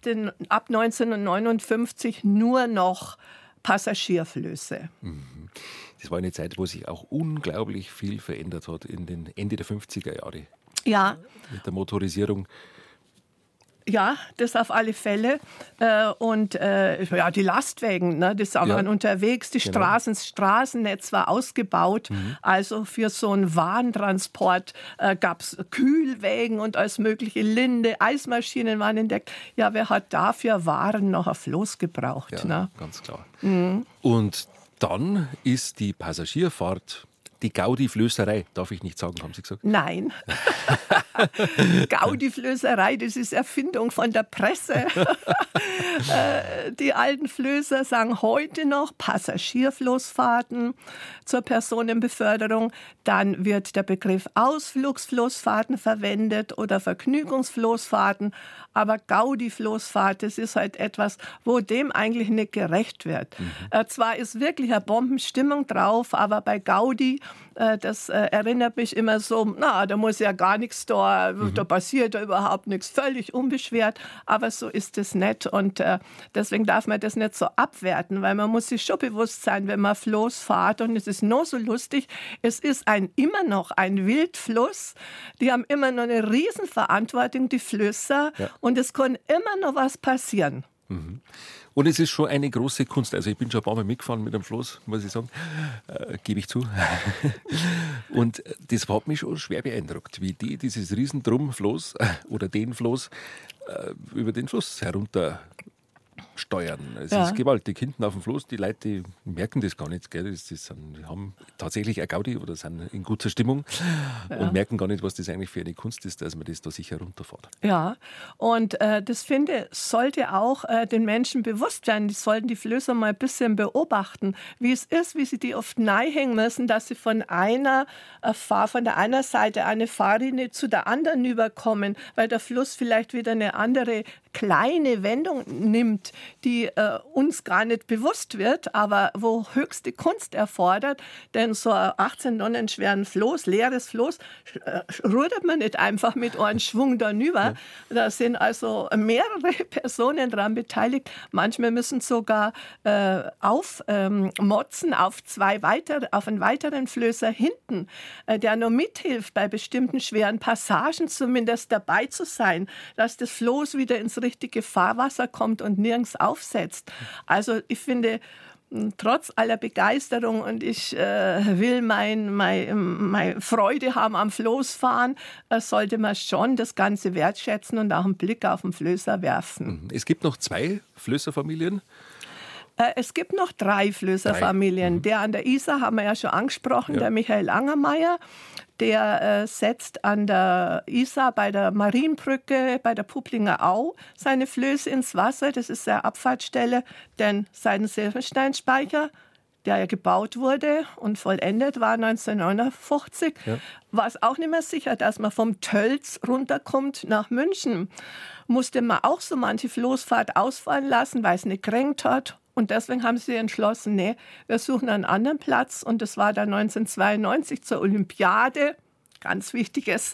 1959 nur noch Passagierflöße. Das war eine Zeit, wo sich auch unglaublich viel verändert hat in den Ende der 50er Jahre. Ja. Mit der Motorisierung. Ja, das auf alle Fälle. Die Lastwagen, ne, die waren unterwegs. Das Straßennetz war ausgebaut. Also für so einen Warentransport gab es Kühlwägen und alles mögliche. Linde, Eismaschinen waren entdeckt. Ja, wer hat dafür Waren noch auf Floß gebraucht? Ja, ne? Ganz klar. Und dann ist die Passagierfahrt die Gaudi-Flößerei, darf ich nicht sagen, haben Sie gesagt? Nein. Gaudi-Flößerei, das ist Erfindung von der Presse. Die alten Flößer sagen heute noch Passagierfloßfahrten zur Personenbeförderung. Dann wird der Begriff Ausflugsfloßfahrten verwendet oder Vergnügungsfloßfahrten. Aber Gaudi-Floßfahrt, das ist halt etwas, wo dem eigentlich nicht gerecht wird. Zwar ist wirklich eine Bombenstimmung drauf, aber bei Gaudi, das erinnert mich immer so, da muss ja gar nichts da passiert ja überhaupt nichts, völlig unbeschwert, aber so ist es nicht und deswegen darf man das nicht so abwerten, weil man muss sich schon bewusst sein, wenn man Floß fährt und es ist nur so lustig, es ist immer noch ein Wildfluss, die haben immer noch eine Riesenverantwortung, die Flößer, und es kann immer noch was passieren. Und es ist schon eine große Kunst. Also ich bin schon ein paar Mal mitgefahren mit dem Floß, muss ich sagen, gebe ich zu. Und das hat mich schon schwer beeindruckt, wie die dieses Riesendrum-Floß oder den Floß über den Fluss herunter steuern. Es ist gewaltig. Hinten auf dem Floß, die Leute die merken das gar nicht. Gell? Die haben tatsächlich eine Gaudi oder sind in guter Stimmung und merken gar nicht, was das eigentlich für eine Kunst ist, dass man das da sicher runterfährt. Ja, und das finde sollte auch den Menschen bewusst werden. Die sollten die Flößer mal ein bisschen beobachten, wie es ist, wie sie die oft nahehängen müssen, dass sie von der einer Seite eine Fahrlinie zu der anderen überkommen, weil der Fluss vielleicht wieder eine andere kleine Wendung nimmt, die uns gar nicht bewusst wird, aber wo höchste Kunst erfordert. Denn so ein 18 Tonnen schweren Floß, leeres Floß, rudert man nicht einfach mit einem Schwung darüber. Da sind also mehrere Personen daran beteiligt. Manchmal müssen sogar aufmotzen auf einen weiteren Flößer hinten, der nur mithilft, bei bestimmten schweren Passagen zumindest dabei zu sein, dass das Floß wieder ins richtige Fahrwasser kommt und nirgends aufsetzt. Also ich finde, trotz aller Begeisterung und ich will meine Freude haben am Floßfahren, sollte man schon das Ganze wertschätzen und auch einen Blick auf den Flößer werfen. Es gibt noch 2 Flößerfamilien. Es gibt noch 3 Flößerfamilien. Der an der Isar haben wir ja schon angesprochen, der Michael Angermeier. Der setzt an der Isar bei der Marienbrücke, bei der Publinger Au, seine Flöße ins Wasser. Das ist seine Abfahrtsstelle, denn sein Silbersteinspeicher, der ja gebaut wurde und vollendet war 1959, war es auch nicht mehr sicher, dass man vom Tölz runterkommt nach München. Musste man auch so manche Floßfahrt ausfallen lassen, weil es nicht geregnet hat. Und deswegen haben sie entschlossen, nee, wir suchen einen anderen Platz. Und das war dann 1992 zur Olympiade, ganz wichtiges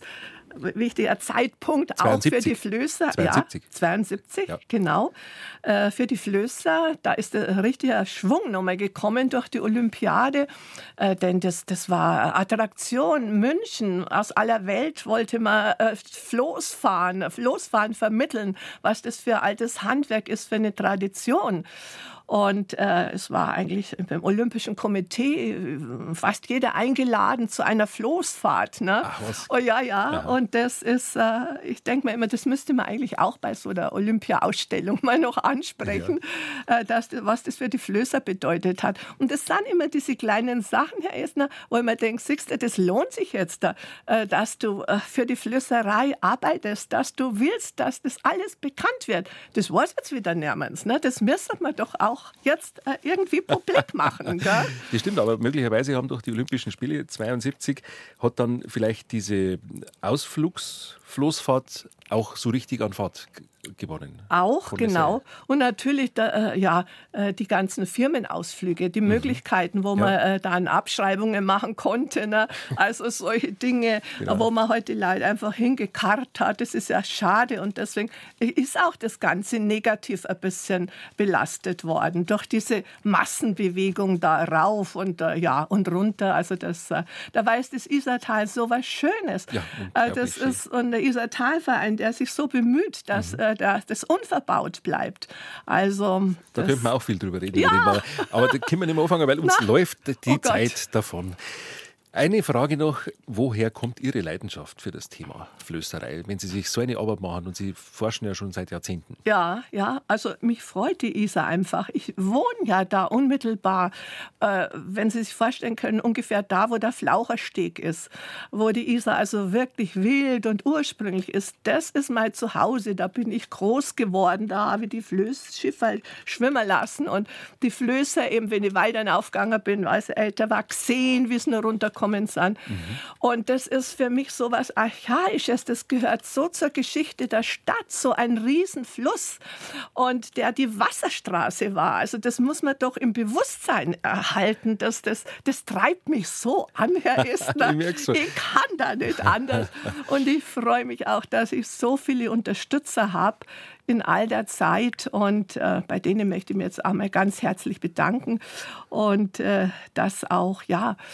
wichtiger Zeitpunkt 72. Auch für die Flößer. 72. Ja, 72, ja. Genau. Für die Flößer, da ist ein richtiger Schwung nochmal gekommen durch die Olympiade. Denn das war Attraktion. München, aus aller Welt wollte man Floßfahren vermitteln, was das für altes Handwerk ist, für eine Tradition. Und es war eigentlich beim Olympischen Komitee fast jeder eingeladen zu einer Floßfahrt. Ne? Ach, was? Oh ja. Aha. Und das ist, ich denke mir immer, das müsste man eigentlich auch bei so einer Olympia-Ausstellung mal noch ansprechen, was das für die Flößer bedeutet hat. Und das sind immer diese kleinen Sachen, Herr Esner, wo man denkt, siehst du, das lohnt sich jetzt, dass du für die Flößerei arbeitest, dass du willst, dass das alles bekannt wird. Das weiß jetzt wieder niemand. Ne? Das müsste man doch auch jetzt irgendwie publik machen. Gell? Das stimmt, aber möglicherweise haben durch die Olympischen Spiele 72 hat dann vielleicht diese Ausflugsfloßfahrt auch so richtig an Fahrt gewonnen. Auch, genau. Und natürlich die ganzen Firmenausflüge, die Möglichkeiten, wo man dann Abschreibungen machen konnte. Ne? Also solche Dinge, wo man heute Leute einfach hingekarrt hat. Das ist ja schade und deswegen ist auch das Ganze negativ ein bisschen belastet worden durch diese Massenbewegung da rauf und runter. Also da weiß das Isartal so was Schönes. Ja, das ist und der Isartalverein, der sich so bemüht, dass das unverbaut bleibt. Also da könnte man auch viel drüber reden. Ja. Aber da können wir nicht mehr anfangen, weil uns läuft die Zeit davon. Eine Frage noch, woher kommt Ihre Leidenschaft für das Thema Flößerei, wenn Sie sich so eine Arbeit machen und Sie forschen ja schon seit Jahrzehnten? Ja, also mich freut die Isar einfach. Ich wohne ja da unmittelbar, wenn Sie sich vorstellen können, ungefähr da, wo der Flauchersteg ist, wo die Isar also wirklich wild und ursprünglich ist. Das ist mein Zuhause, da bin ich groß geworden, da habe ich die Flößschiffer schwimmen lassen und die Flößer eben, wenn ich weiter aufgegangen bin, als ich älter war, gesehen, wie es nur runterkommt. Sind. Und das ist für mich so was Archaisches, das gehört so zur Geschichte der Stadt, so ein Riesenfluss und der die Wasserstraße war. Also das muss man doch im Bewusstsein erhalten, das treibt mich so an, Herr Esner. Ich kann da nicht anders. Und ich freue mich auch, dass ich so viele Unterstützer habe in all der Zeit und bei denen möchte ich mir jetzt einmal ganz herzlich bedanken und dass auch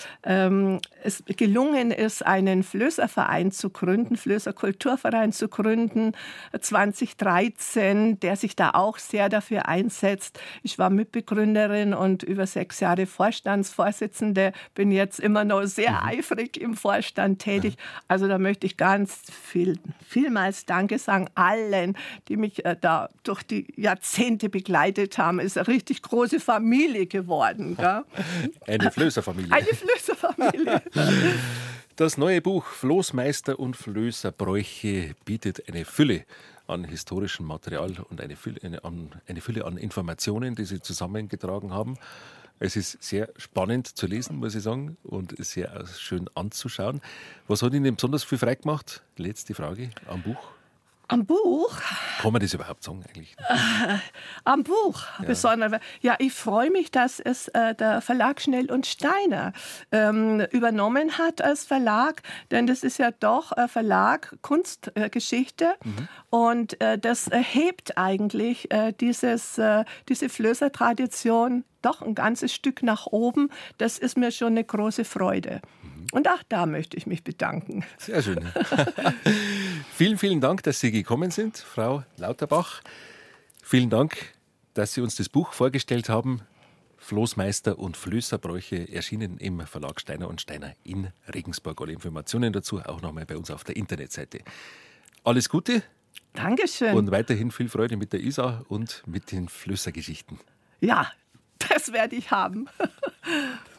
es gelungen ist, einen Flößerverein zu gründen, Flößerkulturverein zu gründen, 2013, der sich da auch sehr dafür einsetzt. Ich war Mitbegründerin und über 6 Jahre Vorstandsvorsitzende, bin jetzt immer noch sehr eifrig im Vorstand tätig. Also da möchte ich ganz vielmals Danke sagen allen, die mich da durch die Jahrzehnte begleitet haben. Es ist eine richtig große Familie geworden. Gell? Eine Flößerfamilie. Eine Flößerfamilie. Das neue Buch Floßmeister und Flößerbräuche bietet eine Fülle an historischem Material und eine Fülle an Informationen, die Sie zusammengetragen haben. Es ist sehr spannend zu lesen, muss ich sagen, und sehr schön anzuschauen. Was hat Ihnen besonders viel Freude gemacht? Letzte Frage am Buch. Am Buch? Kann man das überhaupt sagen eigentlich? Am Buch. Ja. Besonders. Ja, ich freue mich, dass es der Verlag Schnell und Steiner übernommen hat als Verlag, denn das ist ja doch ein Verlag Kunstgeschichte und das hebt eigentlich diese Flößertradition doch ein ganzes Stück nach oben. Das ist mir schon eine große Freude. Und auch da möchte ich mich bedanken. Sehr schön. Vielen, vielen Dank, dass Sie gekommen sind, Frau Lauterbach. Vielen Dank, dass Sie uns das Buch vorgestellt haben. Floßmeister und Flößerbräuche, erschienen im Verlag Steiner und Steiner in Regensburg. Alle Informationen dazu auch nochmal bei uns auf der Internetseite. Alles Gute. Dankeschön. Und weiterhin viel Freude mit der Isar und mit den Flößergeschichten. Ja, das werde ich haben.